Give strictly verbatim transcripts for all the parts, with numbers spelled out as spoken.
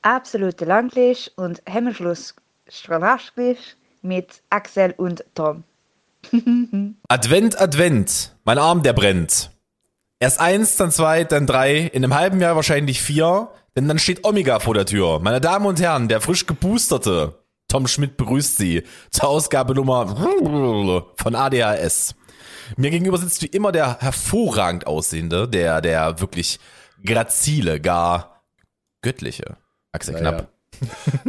Absolute Langlisch und Hemmschluss Strahlaschglisch mit Axel und Tom. Advent, Advent, mein Arm, der brennt. Erst eins, dann zwei, dann drei, in einem halben Jahr wahrscheinlich vier, denn dann steht Omega vor der Tür. Meine Damen und Herren, der frisch geboosterte Tom Schmidt begrüßt Sie zur Ausgabe Nummer von A D H S. Mir gegenüber sitzt wie immer der hervorragend aussehende, der, der wirklich grazile, gar göttliche Axel Knapp. Ja.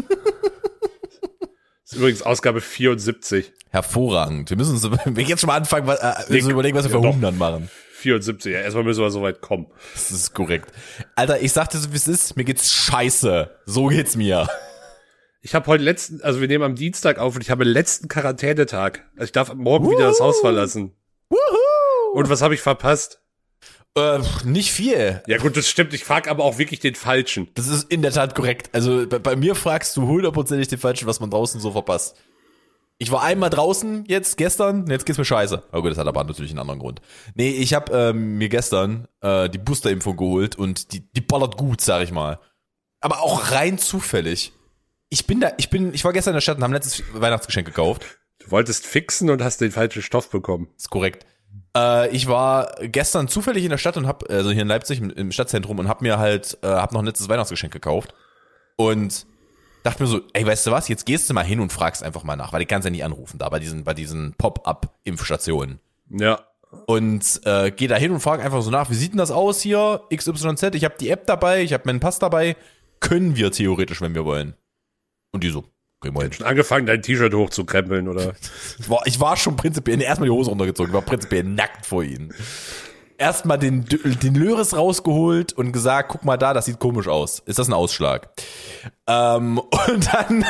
Das ist übrigens Ausgabe vierundsiebzig. Hervorragend. Wir müssen uns wenn wir jetzt schon mal anfangen, was, äh, wir müssen überlegen, was wir für Ja, hundert machen. vierundsiebzig, ja, erstmal müssen wir so weit kommen. Das ist korrekt. Alter, ich sagte so, wie es ist, mir geht's scheiße. So geht's mir. Ich habe heute letzten, also wir nehmen am Dienstag auf und ich habe letzten Quarantänetag. Also ich darf morgen Woohoo. wieder das Haus verlassen. Woohoo. Und was habe ich verpasst? Äh, nicht viel. Ja gut, das stimmt. Ich frage aber auch wirklich den Falschen. Das ist in der Tat korrekt. Also bei, bei mir fragst du hundertprozentig den Falschen, was man draußen so verpasst. Ich war einmal draußen jetzt, gestern, jetzt geht's mir scheiße. Aber gut, das hat aber natürlich einen anderen Grund. Nee, ich habe ähm, mir gestern äh, die Boosterimpfung geholt und die, die ballert gut, sag ich mal. Aber auch rein zufällig. Ich bin da, ich bin, ich war gestern in der Stadt und habe ein letztes Weihnachtsgeschenk gekauft. Du wolltest fixen und hast den falschen Stoff bekommen. Ist korrekt. Äh, ich war gestern zufällig in der Stadt und hab, also hier in Leipzig im, im Stadtzentrum und hab mir halt, äh, hab noch ein letztes Weihnachtsgeschenk gekauft. Und dachte mir so, ey, weißt du was, jetzt gehst du mal hin und fragst einfach mal nach, weil ich kann's ja nicht anrufen da bei diesen, bei diesen Pop-Up-Impfstationen. Ja. Und äh, geh da hin und frag einfach so nach, wie sieht denn das aus hier, X Y Z, ich habe die App dabei, ich habe meinen Pass dabei, können wir theoretisch, wenn wir wollen. Und die so, okay, mal hin. Schon angefangen, dein T-Shirt hochzukrempeln, oder? Ich war, ich war schon prinzipiell, erstmal die Hose runtergezogen, ich war prinzipiell nackt vor ihnen. Erstmal den, den Löres rausgeholt und gesagt, guck mal da, das sieht komisch aus. Ist das ein Ausschlag? Ähm, und dann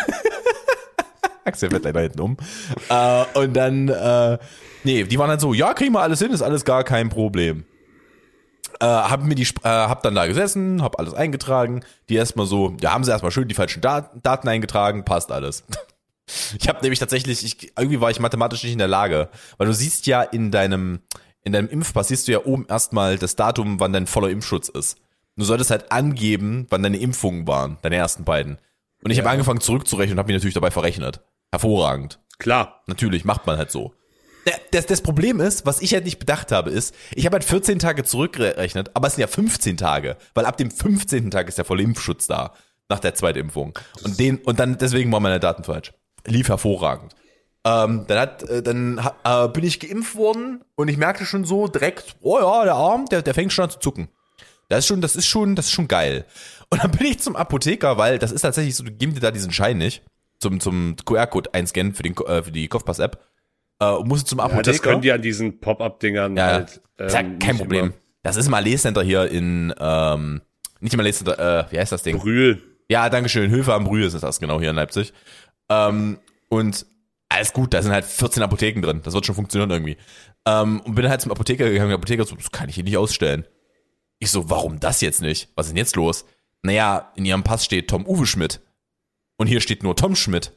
Axel fährt leider hinten um. Äh, und dann, äh, nee, die waren dann so, ja, kriegen wir alles hin, ist alles gar kein Problem. Äh, hab mir die, äh, hab dann da gesessen, hab alles eingetragen. Die erstmal so, ja, haben sie erstmal schön die falschen Dat- Daten eingetragen, passt alles. Ich habe nämlich tatsächlich, ich, irgendwie war ich mathematisch nicht in der Lage, weil du siehst ja in deinem, in deinem Impfpass siehst du ja oben erstmal das Datum, wann dein voller Impfschutz ist. Du solltest halt angeben, wann deine Impfungen waren, deine ersten beiden. Und ich ja. habe angefangen zurückzurechnen und habe mich natürlich dabei verrechnet. Hervorragend. Klar. Natürlich, macht man halt so. Das, das Problem ist, was ich halt nicht bedacht habe, ist, ich habe halt vierzehn Tage zurückgerechnet, aber es sind ja fünfzehn Tage, weil ab dem fünfzehnten Tag ist der volle Impfschutz da, nach der zweiten Impfung. Und den, und dann, deswegen waren meine Daten falsch. Lief hervorragend. Ähm, dann hat, äh, dann äh, bin ich geimpft worden und ich merkte schon so direkt, oh ja, der Arm, der, der fängt schon an zu zucken. Das ist schon, das ist schon, das ist schon geil. Und dann bin ich zum Apotheker, weil das ist tatsächlich so, du gibst dir da diesen Schein nicht, zum, zum Q R-Code einscannen für den, äh, für die Kopfpass-App. Und musst zum Apotheker. Ja, das können die an diesen Pop-Up-Dingern ja, halt. Ähm, ist ja kein Problem. Immer. Das ist im Allee-Center hier in, ähm, nicht im Allee-Center, äh, wie heißt das Ding? Brühl. Ja, dankeschön. Höfe am Brühl ist das genau hier in Leipzig. Ähm, und alles gut, da sind halt vierzehn Apotheken drin. Das wird schon funktionieren irgendwie. Ähm, und bin halt zum Apotheker gegangen. Der Apotheker so, das kann ich hier nicht ausstellen. Ich so, warum das jetzt nicht? Was ist denn jetzt los? Naja, in ihrem Pass steht Tom Uwe Schmidt. Und hier steht nur Tom Schmidt.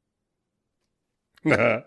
und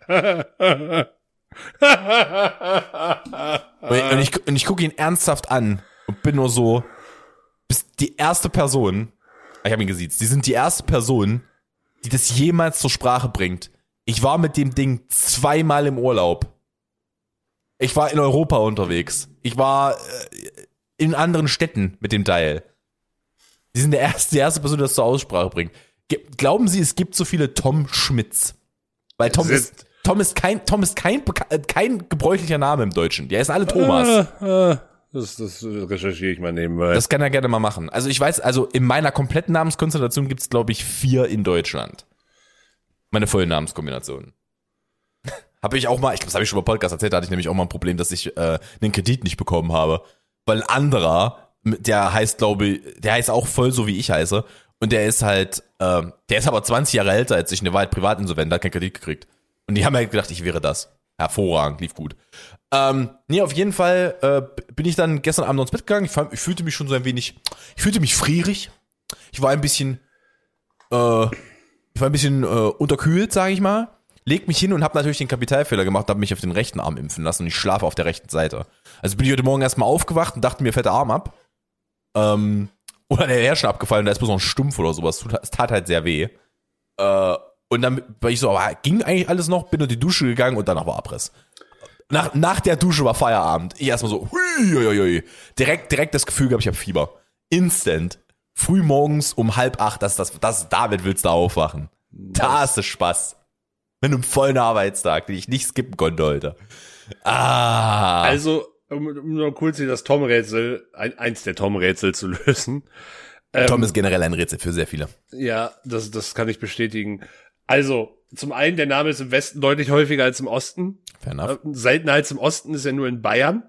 ich, und ich gucke ihn ernsthaft an und bin nur so, bist die erste Person, ich habe ihn gesiezt, die sind die erste Person, die das jemals zur Sprache bringt. Ich war mit dem Ding zweimal im Urlaub. Ich war in Europa unterwegs. Ich war äh, in anderen Städten mit dem Teil. Die sind der erste, die erste Person, die das zur Aussprache bringt. Ge- Glauben Sie, es gibt so viele Tom Schmidts? Weil Tom ist, Tom ist kein, Tom ist kein, kein gebräuchlicher Name im Deutschen. Die heißen alle Thomas. Äh, äh, das, das recherchiere ich mal nebenbei. Das kann er gerne mal machen. Also ich weiß, also in meiner kompletten Namenskonstellation gibt es, glaube ich, vier in Deutschland. Meine vollen Namenskombinationen. Habe ich auch mal, ich glaube, das habe ich schon mal im Podcast erzählt, da hatte ich nämlich auch mal ein Problem, dass ich äh, einen Kredit nicht bekommen habe. Weil ein anderer, der heißt, glaube ich, der heißt auch voll so, wie ich heiße. Und der ist halt, äh, der ist aber zwanzig Jahre älter als ich und der war halt privatinsolvent, der hat keinen Kredit gekriegt. Und die haben halt gedacht, ich wäre das. Hervorragend, lief gut. Ähm, nee, auf jeden Fall äh, bin ich dann gestern Abend noch ins Bett gegangen. Ich, fand, ich fühlte mich schon so ein wenig, ich fühlte mich frierig. Ich war ein bisschen, äh, ich war ein bisschen äh, unterkühlt, sage ich mal. Leg mich hin und habe natürlich den Kapitalfehler gemacht, habe mich auf den rechten Arm impfen lassen und ich schlafe auf der rechten Seite. Also bin ich heute Morgen erstmal aufgewacht und dachte mir, fette Arm ab. Ähm, Oder der wäre schon abgefallen, da ist bloß noch ein Stumpf oder sowas. Es tat halt sehr weh. Äh, und dann war ich so, aber ging eigentlich alles noch, bin in die Dusche gegangen und danach war Abriss. Nach, nach der Dusche war Feierabend. Ich erstmal so, hui, hui, hui. Direkt, direkt das Gefühl gehabt, ich habe Fieber. Instant. Früh morgens um halb acht, das, das, das, damit willst du aufwachen. Da ist es Spaß. Mit einem vollen Arbeitstag, den ich nicht skippen konnte heute. Ah. Also, um, um nur kurz hier das Tom-Rätsel, ein, eins der Tom-Rätsel zu lösen. Ähm, Tom ist generell ein Rätsel für sehr viele. Ja, das, das kann ich bestätigen. Also, zum einen, der Name ist im Westen deutlich häufiger als im Osten. Fair enough. Äh, seltener als im Osten ist er nur in Bayern.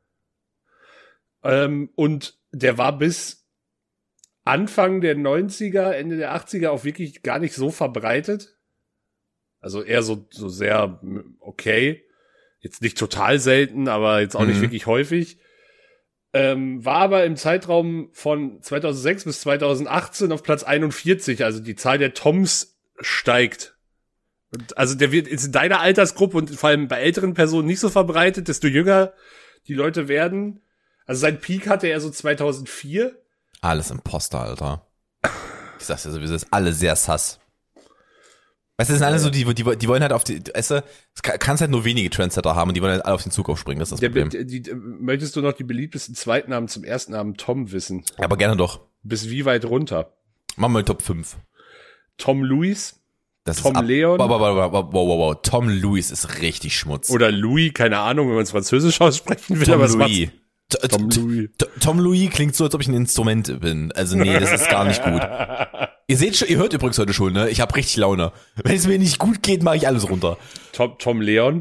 Ähm, und der war bis Anfang der neunziger, Ende der achtziger auch wirklich gar nicht so verbreitet. Also eher so, so sehr okay. Jetzt nicht total selten, aber jetzt auch Mhm. nicht wirklich häufig. Ähm, war aber im Zeitraum von zweitausendsechs bis zweitausendachtzehn auf Platz einundvierzig. Also die Zahl der Toms steigt. Und also der wird ist in deiner Altersgruppe und vor allem bei älteren Personen nicht so verbreitet, desto jünger die Leute werden. Also sein Peak hatte er so zweitausendvier. Alles Imposter, Alter. Ich sag's dir sowieso, das ist alle sehr sass. Weißt du, das sind alle so, die, die, die wollen halt auf die, weißt du, es kann- kannst halt nur wenige Trendsetter haben und die wollen halt alle auf den Zug aufspringen, das ist das Der, Problem. die, die, möchtest du noch die beliebtesten Zweitnamen zum ersten Namen Tom wissen? Aber gerne doch. Bis wie weit runter? Machen wir die Top fünf. Tom Louis Das Tom ist ab, Leon? Wow, wow, wow, wow, wow, wow. Tom Louis ist richtig Schmutz. oder Louis, keine Ahnung, wenn man es französisch aussprechen will, Tom aber es Louis. macht's- T- Tom T- Louis. T- Tom Louis klingt so, als ob ich ein Instrument bin. Also nee, das ist gar nicht gut. Ihr seht schon, ihr hört übrigens heute schon, ne? Ich habe richtig Laune. Wenn es mir nicht gut geht, mache ich alles runter. Tom, Tom Leon.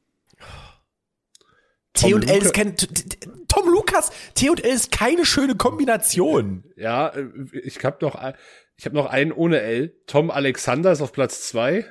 T und L Luca- ist kein, T- T- Tom Lukas, T und L ist keine schöne Kombination. Ja, äh, ich hab noch, ein- ich habe noch einen ohne L. Tom Alexander ist auf Platz zwei.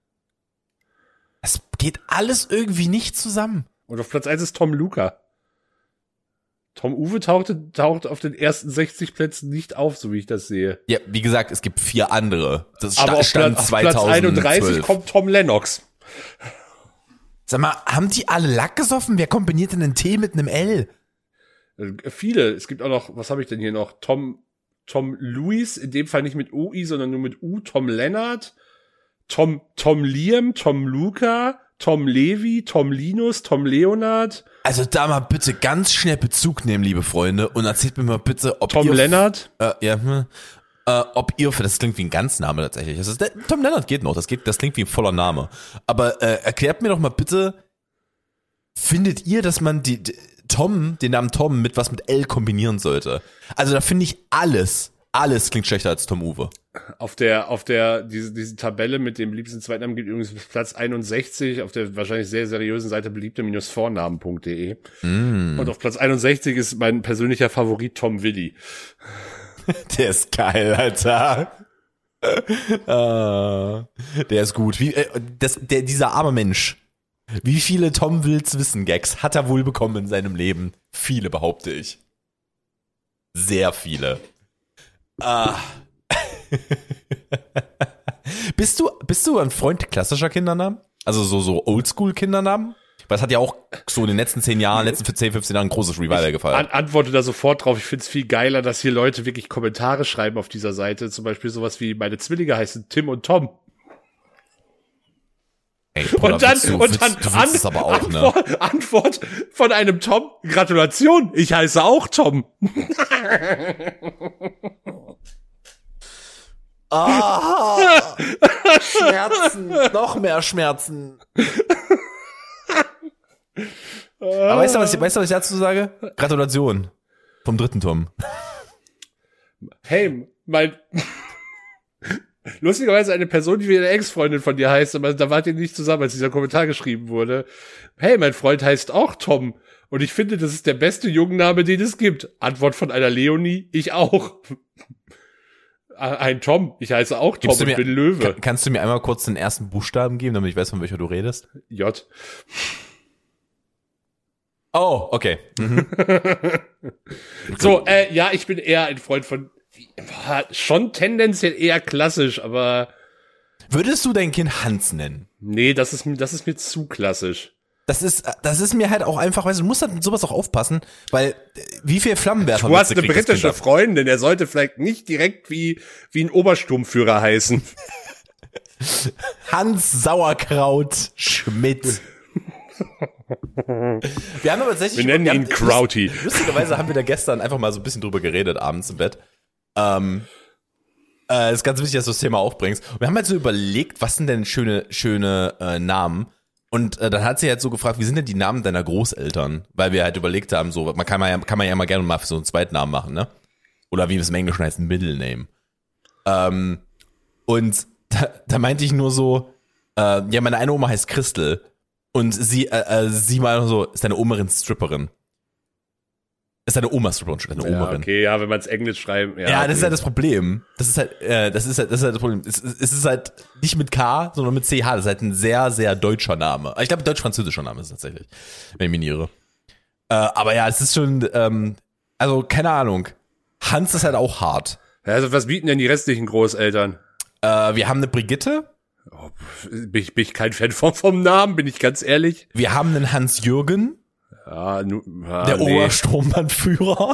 Es geht alles irgendwie nicht zusammen. Und auf Platz eins ist Tom Luca. Tom Uwe tauchte, taucht auf den ersten sechzig Plätzen nicht auf, so wie ich das sehe. Ja, wie gesagt, es gibt vier andere. Das sta- Aber auf, stand Platz, auf Platz zweitausendzwölf. einunddreißig kommt Tom Lennox. Sag mal, haben die alle Lack gesoffen? Wer kombiniert denn einen T mit einem L? Äh, Viele. Es gibt auch noch, was habe ich denn hier noch? Tom, Tom Louis, in dem Fall nicht mit U I, sondern nur mit U. Tom Lennart, Tom, Tom Liam, Tom Luca, Tom Levi, Tom Linus, Tom Leonard, Also da mal bitte ganz schnell Bezug nehmen, liebe Freunde, und erzählt mir mal bitte, ob Tom ihr... Lennart. Äh, ja, hm, äh, ob ihr... Das klingt wie ein Ganzname tatsächlich. Das ist, der, Tom Lennart geht noch, das, geht, das klingt wie ein voller Name. Aber äh, erklärt mir doch mal bitte, findet ihr, dass man die, die Tom, den Namen Tom mit was mit L kombinieren sollte? Also da finde ich alles, alles klingt schlechter als Tom Uwe. Auf der, auf der, diese, diese Tabelle mit dem liebsten Zweitnamen gibt übrigens Platz einundsechzig, auf der wahrscheinlich sehr seriösen Seite beliebte-vornamen punkt de. Mm. Und auf Platz einundsechzig ist mein persönlicher Favorit Tom Willi. Der ist geil, Alter. Ah, der ist gut. Wie, äh, das, der, dieser arme Mensch. Wie viele Tom Wills Wissen-Gags hat er wohl bekommen in seinem Leben? Viele, behaupte ich. Sehr viele. Ah. bist du, bist du ein Freund klassischer Kindernamen? Also so, so Oldschool-Kindernamen? Weil es hat ja auch so in den letzten zehn Jahren, letzten zehn, fünfzehn Jahren ein großes Revival gefallen. An, antworte da sofort drauf. Ich find's viel geiler, dass hier Leute wirklich Kommentare schreiben auf dieser Seite. Zum Beispiel sowas wie, meine Zwillinge heißen Tim und Tom. Ey, Paula, Und dann, willst du, und willst, dann du willst es aber auch, ne? Antwort, Antwort von einem Tom. Gratulation, ich heiße auch Tom. Ah, Schmerzen, noch mehr Schmerzen. Aber weißt du, was ich, weißt du, was ich dazu sage? Gratulation. Vom dritten Tom. Hey, mein... Lustigerweise eine Person, die wie eine Ex-Freundin von dir heißt, aber da wart ihr nicht zusammen, als dieser Kommentar geschrieben wurde. Hey, mein Freund heißt auch Tom. Und ich finde, das ist der beste Jungenname, den es gibt. Antwort von einer Leonie, ich auch. Ein Tom, ich heiße auch Tom Gibst du und mir, bin Löwe. Kann, kannst du mir einmal kurz den ersten Buchstaben geben, damit ich weiß, von welcher du redest? J. Oh, okay. Mhm. So, äh, ja, ich bin eher ein Freund von, schon tendenziell eher klassisch, aber Würdest du dein Kind Hans nennen? nee, das ist, mir- das ist mir zu klassisch. Das ist, das ist mir halt auch einfach, weißt du, du musst halt mit sowas auch aufpassen, weil wie viel Flammenwerfer Du hast eine kriegt das britische Kind ab? Freundin, er sollte vielleicht nicht direkt wie, wie ein Obersturmführer heißen. Hans Sauerkraut Schmidt. Wir haben aber tatsächlich. Wir nennen wir ihn haben, Krauty. Lustigerweise haben wir da gestern einfach mal so ein bisschen drüber geredet, abends im Bett. Ähm, äh, ist ganz wichtig, dass du das Thema aufbringst. Und wir haben halt so überlegt, was sind denn schöne, schöne äh, Namen? Und äh, dann hat sie halt so gefragt, wie sind denn die Namen deiner Großeltern? Weil wir halt überlegt haben, so, man kann man ja, kann man ja immer gerne mal so einen Zweitnamen machen, ne? Oder wie es im Englischen heißt, ein Middle Name. Ähm, und da, da meinte ich nur so, äh, ja, meine eine Oma heißt Christel. Und sie, äh, äh, sie war so, ist deine Oma eine Stripperin? Ist deine Oma Stripperin? Deine Ja, Omerin. okay, ja, wenn man es Englisch schreibt. Ja, Ja, okay. das ist halt das Problem. Das ist halt, äh, das ist halt, das ist halt das Problem. Es, es ist halt nicht mit K, sondern mit C H. Das ist halt ein sehr, sehr deutscher Name. Ich glaube, deutsch-französischer Name ist es tatsächlich, wenn ich mich nicht irre. Äh, aber ja, es ist schon, ähm, also keine Ahnung. Hans ist halt auch hart. Ja, also was bieten denn die restlichen Großeltern? Äh, wir haben eine Brigitte. Oh, bin, ich, bin ich kein Fan vom, vom Namen, bin ich ganz ehrlich. Wir haben einen Hans-Jürgen, Ja, nu, ja, der nee. Obersturmbannführer.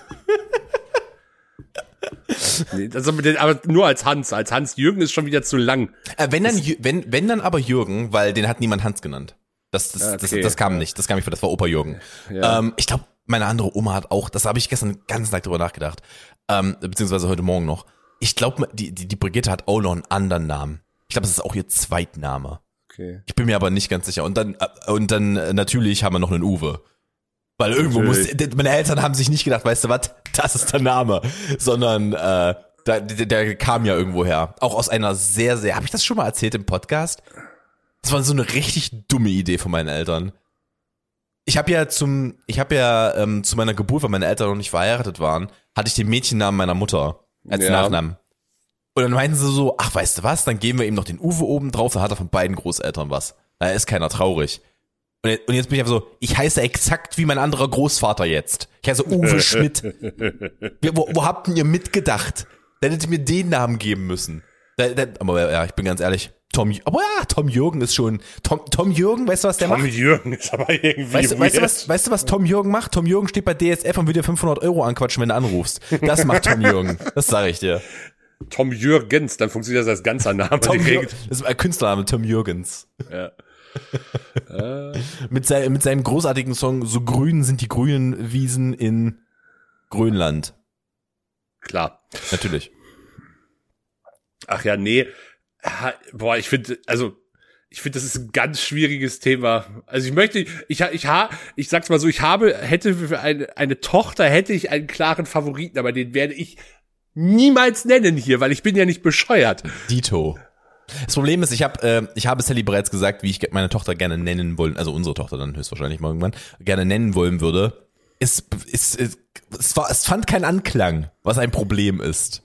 Nee, das aber, aber nur als Hans. Als Hans-Jürgen ist schon wieder zu lang. Äh, wenn dann, Jü- wenn, wenn dann aber Jürgen, weil den hat niemand Hans genannt. Das, das, Ja, das, okay. das kam nicht, das kam nicht vor, das war Opa Jürgen. Ja. Ähm, ich glaube, meine andere Oma hat auch, das habe ich gestern den ganzen Tag drüber nachgedacht, ähm, beziehungsweise heute Morgen noch. Ich glaube, die, die, die Brigitte hat auch noch einen anderen Namen. Ich glaube, das ist auch ihr Zweitname. Okay. Ich bin mir aber nicht ganz sicher. Und dann, äh, und dann äh, natürlich haben wir noch einen Uwe. Weil irgendwo muss, Natürlich. meine Eltern haben sich nicht gedacht, weißt du was, das ist der Name, sondern äh, der, der, der kam ja irgendwo her. Auch aus einer sehr, sehr, habe ich das schon mal erzählt im Podcast? Das war so eine richtig dumme Idee von meinen Eltern. Ich habe ja zum, ich habe ja ähm, zu meiner Geburt, weil meine Eltern noch nicht verheiratet waren, hatte ich den Mädchennamen meiner Mutter als Ja. Nachnamen. Und dann meinten sie so, ach, weißt du was, dann geben wir ihm noch den Uwe oben drauf, dann hat er von beiden Großeltern was. Da ist keiner traurig. Und jetzt, und jetzt bin ich einfach so, ich heiße exakt wie mein anderer Großvater jetzt. Ich heiße Uwe Schmidt. Wir, wo, wo habt ihr mitgedacht? Dann hättet ihr mir den Namen geben müssen. Da, da, aber ja, ich bin ganz ehrlich, Tom, aber ja, Tom Jürgen ist schon, Tom, Tom Jürgen, weißt du, was der Tom macht? Jürgen ist aber irgendwie Weißt du, weißt, du, weird. was, weißt du, was Tom Jürgen macht? Tom Jürgen steht bei D S F und will dir fünfhundert Euro anquatschen, wenn du anrufst. Das macht Tom Jürgen. Das sage ich dir. Tom Jürgens, dann funktioniert das als ganzer Name. Tom Jürgen, direkt. das ist ein Künstlername, Tom Jürgens. Ja. Mit, sein, mit seinem großartigen Song So grün sind die grünen Wiesen in Grönland. Klar. Natürlich. Ach ja, nee. Ha, Boah, ich finde, also, ich finde, das ist ein ganz schwieriges Thema. Also ich möchte, ich, ich, ha, ich sag's mal so, ich habe, hätte für eine, eine Tochter, hätte ich einen klaren Favoriten, aber den werde ich niemals nennen hier, weil ich bin ja nicht bescheuert. Dito. Das Problem ist, ich habe äh, ich habe Sally bereits gesagt, wie ich meine Tochter gerne nennen wollen, also unsere Tochter dann höchstwahrscheinlich mal irgendwann, gerne nennen wollen würde. Es, es, es, es, war, es fand keinen Anklang, was ein Problem ist.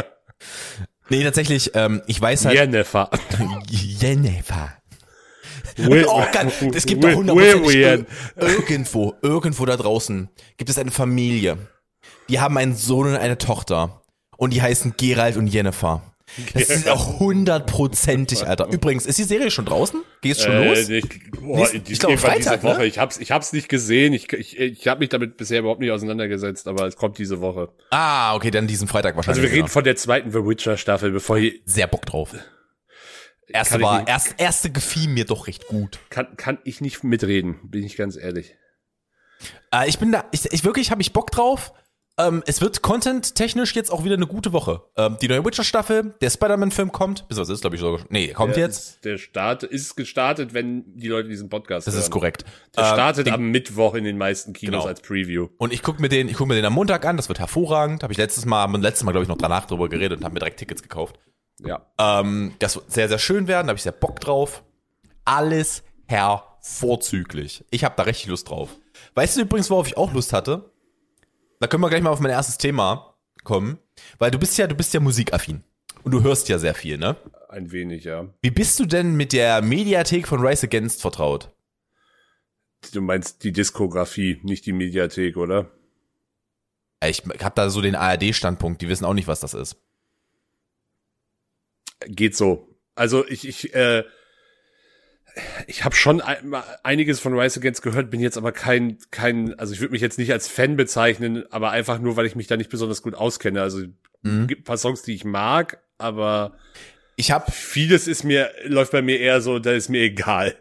Nee, tatsächlich, ähm, ich weiß halt... Jennifer. Jennifer. Will- Oh Gott, es gibt Will- doch hundertprozentig William. irgendwo, irgendwo da draußen gibt es eine Familie. Die haben einen Sohn und eine Tochter. Und die heißen Gerald und Jennifer. Das ist auch hundertprozentig, Alter. Übrigens, ist die Serie schon draußen? Geht es schon Äh, los? Ich, boah, Nächsten- die, ich glaube, irgendwann Freitag, diese Woche. ne? Ich hab's, ich hab's nicht gesehen. Ich, ich, ich habe mich damit bisher überhaupt nicht auseinandergesetzt, aber es kommt diese Woche. Ah, okay, dann diesen Freitag Also wahrscheinlich. wir reden genau. von der zweiten The Witcher Staffel, bevor hier, Sehr Bock drauf. Erste Kann ich war, nicht- erst, erste gefiel mir doch recht gut. kann, kann ich nicht mitreden, bin ich ganz ehrlich. Äh, ich bin da, ich, ich wirklich habe ich Bock drauf. Ähm, es wird content-technisch jetzt auch wieder eine gute Woche. Ähm, die neue Witcher-Staffel, der Spider-Man-Film kommt. Bis was ist, glaube ich, sogar schon. Nee, kommt Der jetzt. Ist, der Start ist gestartet, wenn die Leute diesen Podcast Das hören. ist korrekt. Der Ähm, startet den- am Mittwoch in den meisten Kinos Genau. als Preview. Und ich guck mir den, ich guck mir den am Montag an. Das wird hervorragend. Habe ich letztes Mal, haben wir letztes Mal glaube ich noch danach drüber geredet und haben mir direkt Tickets gekauft. Ja. Ähm, das wird sehr, sehr schön werden. Da habe ich sehr Bock drauf. Alles hervorzüglich. Ich habe da richtig Lust drauf. Weißt du übrigens, worauf ich auch Lust hatte? Da können wir gleich mal auf mein erstes Thema kommen, weil du bist ja, du bist ja musikaffin und du hörst ja sehr viel, ne? Ein wenig, ja. Wie bist du denn mit der Mediathek von Rise Against vertraut? Du meinst die Diskografie, nicht die Mediathek, oder? Ich habe da so den A R D-Standpunkt, die wissen auch nicht, was das ist. Geht so. Also ich, ich, äh, Ich habe schon ein, einiges von Rise Against gehört, bin jetzt aber kein, kein, also ich würde mich jetzt nicht als Fan bezeichnen, aber einfach nur, weil ich mich da nicht besonders gut auskenne. Also Mhm. gibt ein paar Songs, die ich mag, aber Ich habe vieles ist mir, läuft bei mir eher so, da ist mir egal.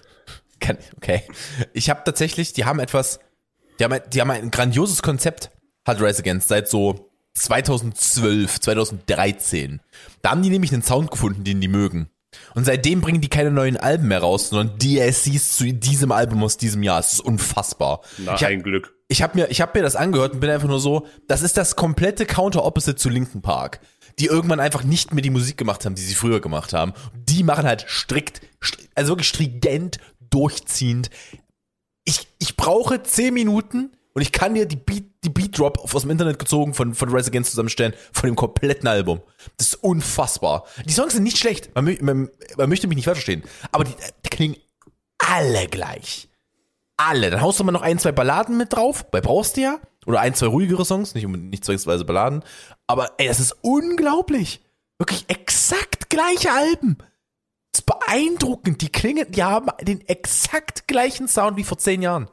okay. Ich habe tatsächlich, die haben etwas, die haben, ein- die haben ein grandioses Konzept, hat Rise Against seit so zweitausendzwölf, zweitausenddreizehn. Da haben die nämlich einen Sound gefunden, den die mögen. Und seitdem bringen die keine neuen Alben mehr raus, sondern D L Cs zu diesem Album aus diesem Jahr. Es ist unfassbar. Na, ich hab, ein Glück. ich habe mir, ich hab mir das angehört und bin einfach nur so, das ist das komplette Counter-Opposite zu Linkin Park, die irgendwann einfach nicht mehr die Musik gemacht haben, die sie früher gemacht haben. Die machen halt strikt, stri- also wirklich stringent, durchziehend. Ich, ich brauche zehn Minuten und ich kann dir die Beat, die Beat Drop aus dem Internet gezogen von, von Rise Against zusammenstellen, von dem kompletten Album. Das ist unfassbar. Die Songs sind nicht schlecht, man, mö- man, man möchte mich nicht falsch verstehen, aber die, die klingen alle gleich. Alle. Dann haust du mal noch ein, zwei Balladen mit drauf, bei brauchst du ja. Oder ein, zwei ruhigere Songs, nicht, nicht zwangsweise Balladen. Aber ey, das ist unglaublich. Wirklich exakt gleiche Alben. Das ist beeindruckend. Die klingen, die haben den exakt gleichen Sound wie vor zehn Jahren.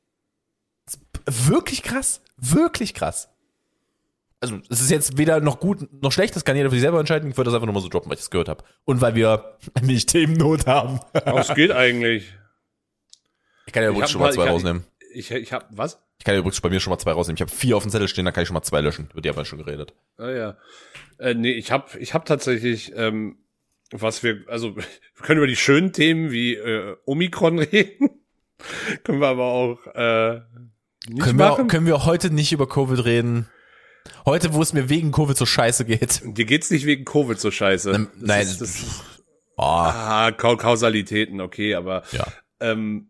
Das ist wirklich krass. Wirklich krass. Also, es ist jetzt weder noch gut noch schlecht, das kann jeder für sich selber entscheiden. Ich würde das einfach nur mal so droppen, weil ich das gehört habe. Und weil wir nicht Themennot haben. Aber es geht eigentlich. Ich kann ja Ich übrigens hab schon mal mal- zwei ich hab- rausnehmen. Ich, ich hab, was? Ich kann ja übrigens bei mir schon mal zwei rausnehmen. Ich habe vier auf dem Zettel stehen, da kann ich schon mal zwei löschen. Über die haben wir schon geredet. Ah ja. Äh, nee, ich hab, ich hab tatsächlich, ähm, was wir, also wir können über die schönen Themen wie äh, Omikron reden. Können wir aber auch äh, nicht Können wir, machen. können wir heute nicht über Covid reden? Heute, wo es mir wegen Covid so scheiße geht. Dir geht's nicht wegen Covid so scheiße. Ähm, Das nein, ist, das, Oh, ah, Ka Kausalitäten, okay, aber ja. ähm,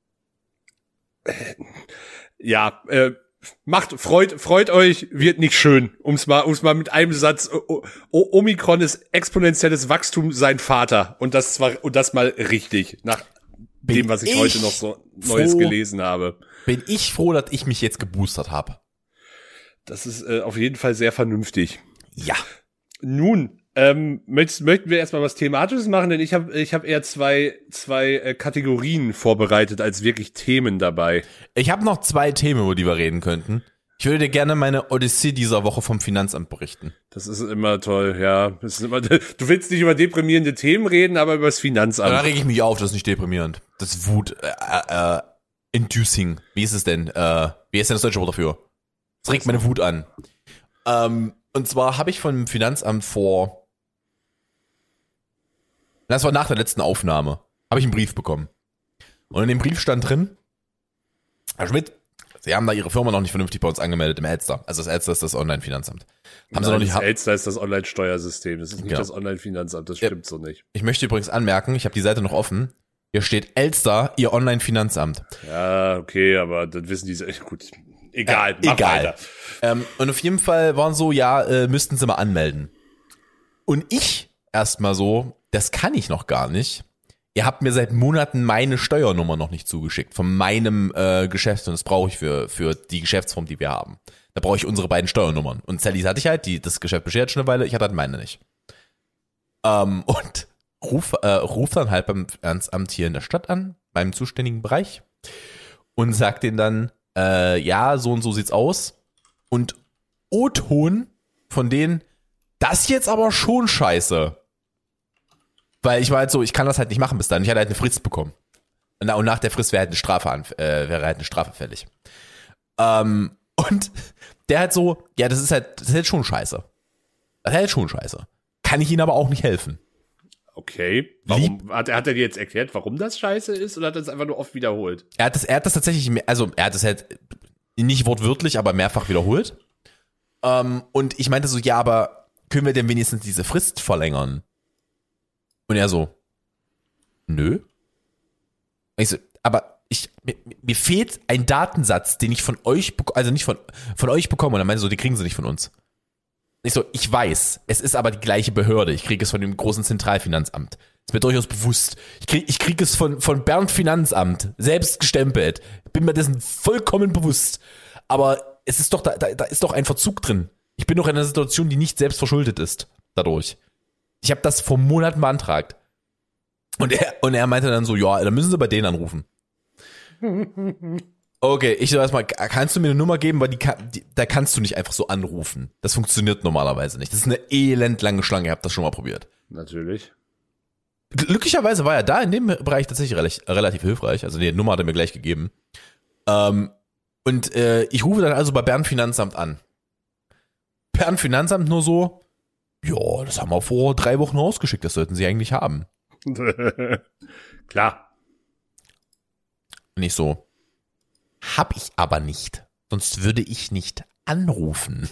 äh, ja, äh, macht, freut, freut euch, wird nicht schön. Um's mal, um's mal mit einem Satz. O o Omikron ist exponentielles Wachstum sein Vater. Und das zwar, und das mal richtig. Nach Bin dem, was ich, ich heute noch so Neues froh. gelesen habe. Bin ich froh, dass ich mich jetzt geboostert habe. Das ist äh, auf jeden Fall sehr vernünftig. Ja. Nun, ähm, möchtest, möchten wir erstmal was Thematisches machen, denn ich habe ich hab eher zwei, zwei äh, Kategorien vorbereitet als wirklich Themen dabei. Ich habe noch zwei Themen, über die wir reden könnten. Ich würde dir gerne meine Odyssee dieser Woche vom Finanzamt berichten. Das ist immer toll, ja. Das ist immer, du willst nicht über deprimierende Themen reden, aber über das Da Finanzamt. rege ich mich auf, das ist nicht deprimierend. Das ist Wut, äh, äh, inducing. Wie ist es denn? Äh, wie ist denn das deutsche Wort dafür? Das regt meine Wut an. Ähm, und zwar habe ich vom Finanzamt vor, das war nach der letzten Aufnahme, habe ich einen Brief bekommen. Und in dem Brief stand drin, Herr Schmidt, Sie haben da Ihre Firma noch nicht vernünftig bei uns angemeldet im Elster. Also das Elster ist das Online-Finanzamt. Haben Sie noch nicht? Das Elster ist das Online-Steuersystem. Das ist nicht Genau. das Online-Finanzamt. Das Ja. stimmt so nicht. Ich möchte übrigens anmerken, ich habe die Seite noch offen. Hier steht Elster, Ihr Online-Finanzamt. Ja, okay, aber dann wissen diese, gut, egal, Äh, mach egal. weiter. Ähm, und auf jeden Fall waren so, ja, äh, müssten Sie mal anmelden. Und ich erstmal so, das kann ich noch gar nicht. Ihr habt mir seit Monaten meine Steuernummer noch nicht zugeschickt von meinem äh, Geschäft und das brauche ich für für die Geschäftsform, die wir haben. Da brauche ich unsere beiden Steuernummern. Und Sallys hatte ich halt, die das Geschäft beschert schon eine Weile, ich hatte halt meine nicht. Ähm, und ruf, äh, ruf dann halt beim Finanzamt hier in der Stadt an, beim zuständigen Bereich und sagt denen dann, äh, ja, so und so sieht's aus. Und O-Ton von denen, das jetzt aber schon scheiße. Weil ich war halt so, ich kann das halt nicht machen bis dann. Ich hatte halt eine Frist bekommen. Und na- und nach der Frist wäre halt eine Strafe an, äh, wäre halt eine Strafe fällig. Ähm, und der halt so, ja, das ist halt, das ist halt schon scheiße. Das ist halt schon scheiße. Kann ich Ihnen aber auch nicht helfen. Okay. Warum, hat, er- hat er dir jetzt erklärt, warum das scheiße ist, oder hat er es einfach nur oft wiederholt? Er hat das, er hat das tatsächlich, mehr- also er hat das halt nicht wortwörtlich, aber mehrfach wiederholt. Ähm, und ich meinte so, ja, aber können wir denn wenigstens diese Frist verlängern? Und er so, nö. Und ich so, aber ich, mir, mir fehlt ein Datensatz, den ich von euch, bek- also nicht von, von euch bekomme. Und er meinte so, die kriegen sie nicht von uns. Und ich so, ich weiß, es ist aber die gleiche Behörde. Ich kriege es von dem großen Zentralfinanzamt. Ist mir durchaus bewusst. Ich kriege ich krieg es von, von Bernd Finanzamt, selbst gestempelt. Bin mir dessen vollkommen bewusst. Aber es ist doch, da, da, da ist doch ein Verzug drin. Ich bin doch in einer Situation, die nicht selbst verschuldet ist. Dadurch. Ich habe das vor Monaten beantragt. Und er, und er meinte dann so, ja, dann müssen Sie bei denen anrufen. Okay, ich so erstmal, kannst du mir eine Nummer geben, weil die, die da kannst du nicht einfach so anrufen. Das funktioniert normalerweise nicht. Das ist eine elendlange Schlange, ihr habt das schon mal probiert. Natürlich. Glücklicherweise war er da in dem Bereich tatsächlich relativ, relativ hilfreich. Also die Nummer hat er mir gleich gegeben. Ähm, und äh, ich rufe dann also bei Bern Finanzamt an. Bern Finanzamt nur so, ja, das haben wir vor drei Wochen rausgeschickt, das sollten sie eigentlich haben. Klar. Nicht so. Hab ich aber nicht. Sonst würde ich nicht anrufen.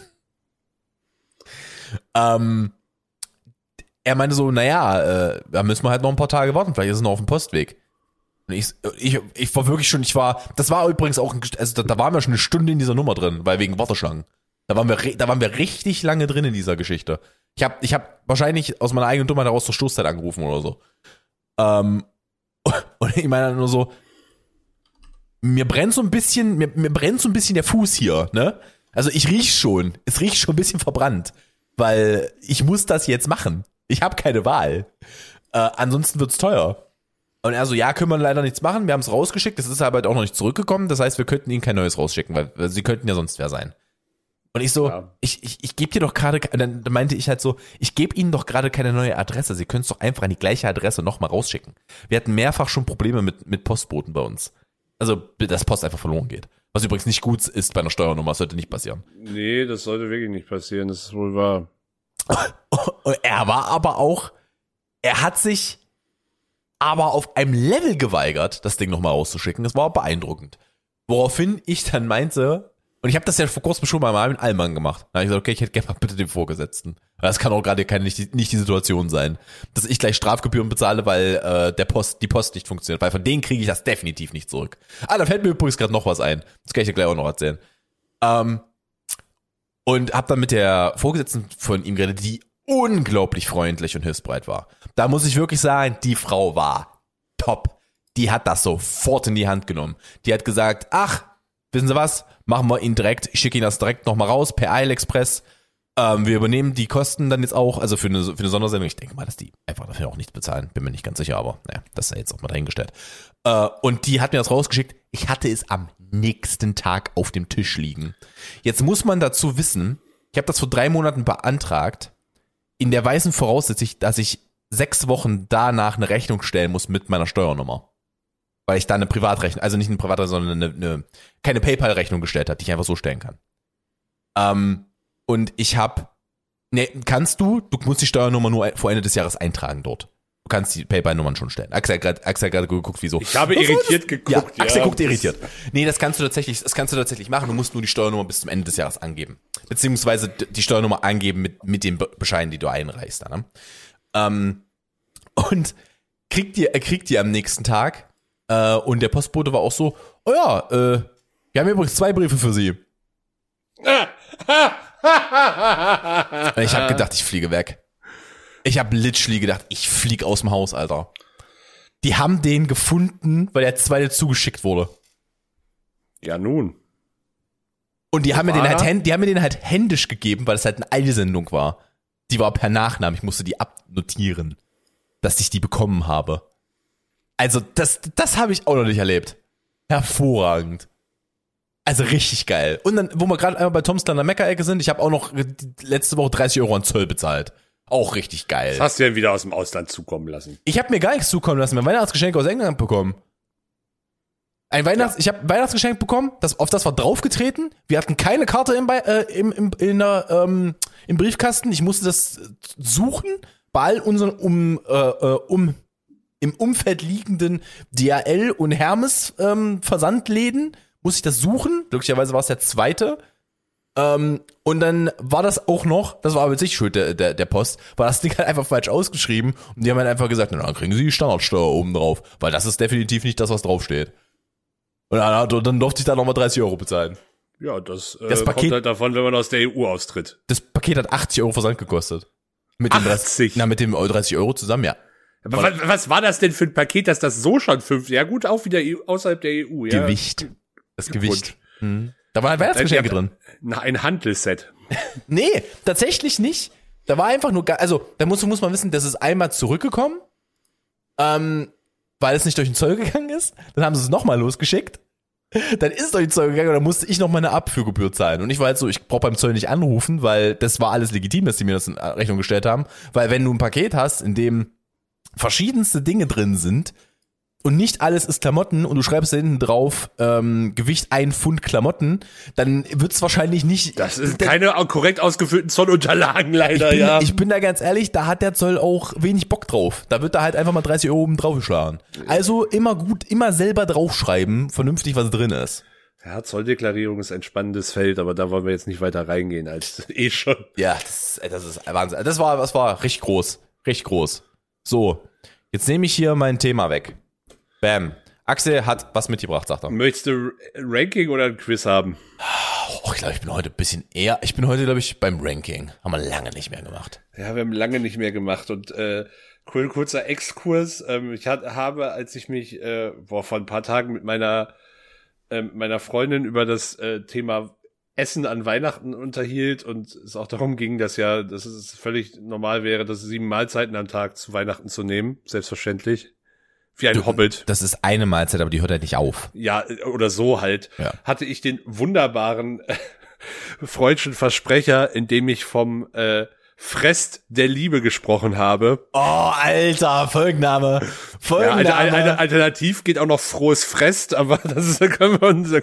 Ähm, er meinte so, naja, äh, da müssen wir halt noch ein paar Tage warten, vielleicht ist es noch auf dem Postweg. Und ich, ich, ich war wirklich schon, ich war, das war übrigens auch, ein, also da, da waren wir schon eine Stunde in dieser Nummer drin, weil wegen Warteschlangen. Da waren wir, da waren wir richtig lange drin in dieser Geschichte. Ich habe ich hab wahrscheinlich aus meiner eigenen Dummheit heraus zur Stoßzeit angerufen oder so. Ähm, und ich meine nur so, mir brennt so ein bisschen, mir, mir brennt so ein bisschen der Fuß hier, ne? Also ich riech schon, es riecht schon ein bisschen verbrannt, weil ich muss das jetzt machen. Ich habe keine Wahl. Äh, ansonsten wird's teuer. Und er so, ja, können wir leider nichts machen, wir haben es rausgeschickt, das ist aber auch noch nicht zurückgekommen, das heißt, wir könnten ihnen kein neues rausschicken, weil, weil sie könnten ja sonst wer sein. Und ich so, ja. ich, ich, ich gebe dir doch gerade, dann meinte ich halt so, ich gebe ihnen doch gerade keine neue Adresse, sie können es doch einfach an die gleiche Adresse nochmal rausschicken. Wir hatten mehrfach schon Probleme mit, mit Postboten bei uns. Also, dass Post einfach verloren geht. Was übrigens nicht gut ist bei einer Steuernummer, das sollte nicht passieren. Nee, das sollte wirklich nicht passieren, das ist wohl wahr. Und er war aber auch, er hat sich aber auf einem Level geweigert, das Ding nochmal rauszuschicken. Das war beeindruckend. Woraufhin ich dann meinte, und ich habe das ja vor kurzem schon mal mit Allmann gemacht. Da habe ich gesagt, okay, ich hätte gerne mal bitte den Vorgesetzten. Das kann auch gerade keine, nicht, nicht die Situation sein, dass ich gleich Strafgebühren bezahle, weil äh, der Post, die Post nicht funktioniert. Weil von denen kriege ich das definitiv nicht zurück. Ah, da fällt mir übrigens gerade noch was ein. Das kann ich dir gleich auch noch erzählen. Ähm, und habe dann mit der Vorgesetzten von ihm geredet, die unglaublich freundlich und hilfsbereit war. Da muss ich wirklich sagen, die Frau war top. Die hat das sofort in die Hand genommen. Die hat gesagt, ach, wissen Sie was, machen wir ihn direkt, ich schicke Ihnen das direkt nochmal raus, per Eil Express. Ähm, wir übernehmen die Kosten dann jetzt auch, also für eine, für eine Sondersendung. Ich denke mal, dass die einfach dafür auch nichts bezahlen. Bin mir nicht ganz sicher, aber naja, das sei jetzt auch mal dahingestellt. Äh, und die hat mir das rausgeschickt. Ich hatte es am nächsten Tag auf dem Tisch liegen. Jetzt muss man dazu wissen, ich habe das vor drei Monaten beantragt, in der weißen Voraussetzung, dass ich sechs Wochen danach eine Rechnung stellen muss mit meiner Steuernummer. Weil ich da eine Privatrechnung, also nicht eine Privatrechnung, sondern eine, eine keine PayPal-Rechnung gestellt habe, die ich einfach so stellen kann. Ähm, und ich habe, ne, kannst du, du musst die Steuernummer nur vor Ende des Jahres eintragen dort. Du kannst die PayPal-Nummern schon stellen. Axel hat gerade Axel hat gerade geguckt, wieso. Ich habe irritiert geguckt. Ja, ja. Axel guckt irritiert. Nee, das kannst du tatsächlich, das kannst du tatsächlich machen. Du musst nur die Steuernummer bis zum Ende des Jahres angeben. Beziehungsweise die Steuernummer angeben mit, mit den Bescheiden, die du einreichst. Dann, ne? ähm, und kriegt die, er kriegt die am nächsten Tag. Äh, und der Postbote war auch so, oh ja, äh, wir haben übrigens zwei Briefe für Sie. Und ich habe gedacht, ich fliege weg. Ich habe literally gedacht, ich fliege aus dem Haus, Alter. Die haben den gefunden, weil der zweite zugeschickt wurde. Ja, nun. Und die haben, mir den halt, die haben mir den halt händisch gegeben, weil es halt eine Eilsendung war. Die war per Nachnamen, ich musste die abnotieren, dass ich die bekommen habe. Also das, das habe ich auch noch nicht erlebt. Hervorragend. Also richtig geil. Und dann, wo wir gerade einmal bei Toms kleiner Meckerecke sind, ich habe auch noch letzte Woche dreißig Euro an Zoll bezahlt. Auch richtig geil. Was hast du denn wieder aus dem Ausland zukommen lassen? Ich habe mir gar nichts zukommen lassen. Wir haben ein Weihnachtsgeschenk aus England bekommen. Ein Weihnachts, ja. Ich habe ein Weihnachtsgeschenk bekommen, das, auf das war draufgetreten. Wir hatten keine Karte im, äh, im, im, in der, ähm, im Briefkasten. Ich musste das suchen bei all unseren um, äh, um im Umfeld liegenden D H L und Hermes ähm, Versandläden. Muss ich das suchen. Glücklicherweise war es der zweite. Ähm, und dann war das auch noch, das war aber jetzt nicht schuld der, der, der Post, war das Ding halt einfach falsch ausgeschrieben. Und die haben halt einfach gesagt, na, dann kriegen sie die Standardsteuer oben drauf. Weil das ist definitiv nicht das, was draufsteht. Und dann, dann durfte ich da nochmal dreißig Euro bezahlen. Ja, das, äh, das Paket, kommt halt davon, wenn man aus der E U austritt. Das Paket hat achtzig Euro Versand gekostet. Mit dem achtzig? Na, mit dem dreißig Euro zusammen, ja. Aber was, was war das denn für ein Paket, dass das so schon fünf, ja gut, auch wieder außerhalb der E U, ja. Gewicht. Das Gewicht. Hm. Da waren Weihnachtsgeschenke drin. Na, ein Handelsset. Nee, tatsächlich nicht. Da war einfach nur, also, da muss, muss man wissen, das ist einmal zurückgekommen. ähm, weil es nicht durch den Zoll gegangen ist. Dann haben sie es nochmal losgeschickt. Dann ist es durch den Zoll gegangen und dann musste ich noch meine Abführgebühr zahlen. Und ich war halt so, ich brauche beim Zoll nicht anrufen, weil das war alles legitim, dass die mir das in Rechnung gestellt haben. Weil wenn du ein Paket hast, in dem verschiedenste Dinge drin sind und nicht alles ist Klamotten und du schreibst da hinten drauf ähm, Gewicht ein Pfund Klamotten, dann wird's wahrscheinlich nicht... Das sind keine korrekt ausgefüllten Zollunterlagen leider, ich bin, ja. Ich bin da ganz ehrlich, da hat der Zoll auch wenig Bock drauf. Da wird da halt einfach mal dreißig Euro oben draufgeschlagen. Also immer gut, immer selber draufschreiben, vernünftig, was drin ist. Ja, Zolldeklarierung ist ein spannendes Feld, aber da wollen wir jetzt nicht weiter reingehen als eh schon. Ja, das, das ist Wahnsinn. Das war, das war richtig groß. Richtig groß. So, jetzt nehme ich hier mein Thema weg. Bam. Axel hat was mitgebracht, sagt er. Möchtest du Ranking oder ein Quiz haben? Oh, ich glaube, ich bin heute ein bisschen eher, ich bin heute, glaube ich, beim Ranking. Haben wir lange nicht mehr gemacht. Ja, wir haben lange nicht mehr gemacht und äh, kurzer Exkurs. Ähm, ich hat, habe, als ich mich äh, boah, vor ein paar Tagen mit meiner äh, meiner Freundin über das äh, Thema Essen an Weihnachten unterhielt und es auch darum ging, dass ja, dass es völlig normal wäre, dass sieben Mahlzeiten am Tag zu Weihnachten zu nehmen, selbstverständlich. Wie ein Du, Hobbit. Das ist eine Mahlzeit, aber die hört halt nicht auf. Ja, oder so halt. Ja. Hatte ich den wunderbaren äh, freudschen Versprecher, in dem ich vom äh, Frest der Liebe gesprochen habe. Oh, Alter, Folgenname. Folgenname. Ja, eine, eine Alternativ geht auch noch frohes Frest, aber das ist, da können wir uns.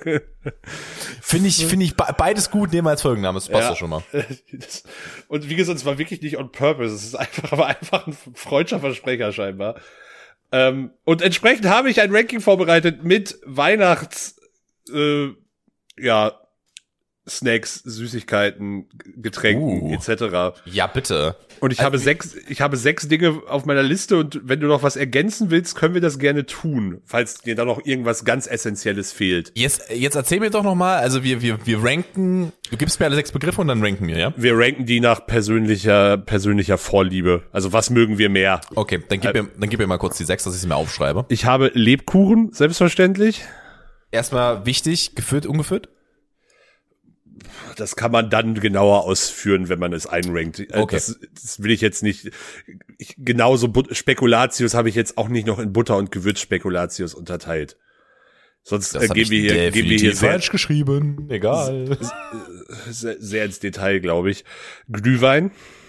Finde ich, finde ich beides gut, nehmen wir als Folgenname. Das passt Ja. doch schon mal. Das, und wie gesagt, es war wirklich nicht on purpose. Es ist einfach, aber einfach ein freudscher Versprecher scheinbar. Ähm, und entsprechend habe ich ein Ranking vorbereitet mit Weihnachts, äh, ja, Snacks, Süßigkeiten, Getränken, Uh. et cetera. Ja, bitte. Und ich Also, habe sechs, ich habe sechs Dinge auf meiner Liste und wenn du noch was ergänzen willst, können wir das gerne tun, falls dir da noch irgendwas ganz Essentielles fehlt. Jetzt, jetzt erzähl mir doch noch mal, also wir, wir, wir ranken, du gibst mir alle sechs Begriffe und dann ranken wir, ja? Wir ranken die nach persönlicher, persönlicher Vorliebe. Also was mögen wir mehr? Okay, dann gib, mir, dann gib mir mal kurz die sechs, dass ich sie mir aufschreibe. Ich habe Lebkuchen, selbstverständlich. Erstmal wichtig, gefüllt, ungefüllt? Das kann man dann genauer ausführen, wenn man es einrankt. Äh, Okay. Das, das will ich jetzt nicht. Ich, genauso But- Spekulatius habe ich jetzt auch nicht noch in Butter- und Gewürzspekulatius unterteilt. Sonst Das äh, hab gehen ich wir hier, gehen wir definitiv hier sehr, falsch geschrieben. Egal. sehr, sehr ins Detail, glaube ich. Glühwein,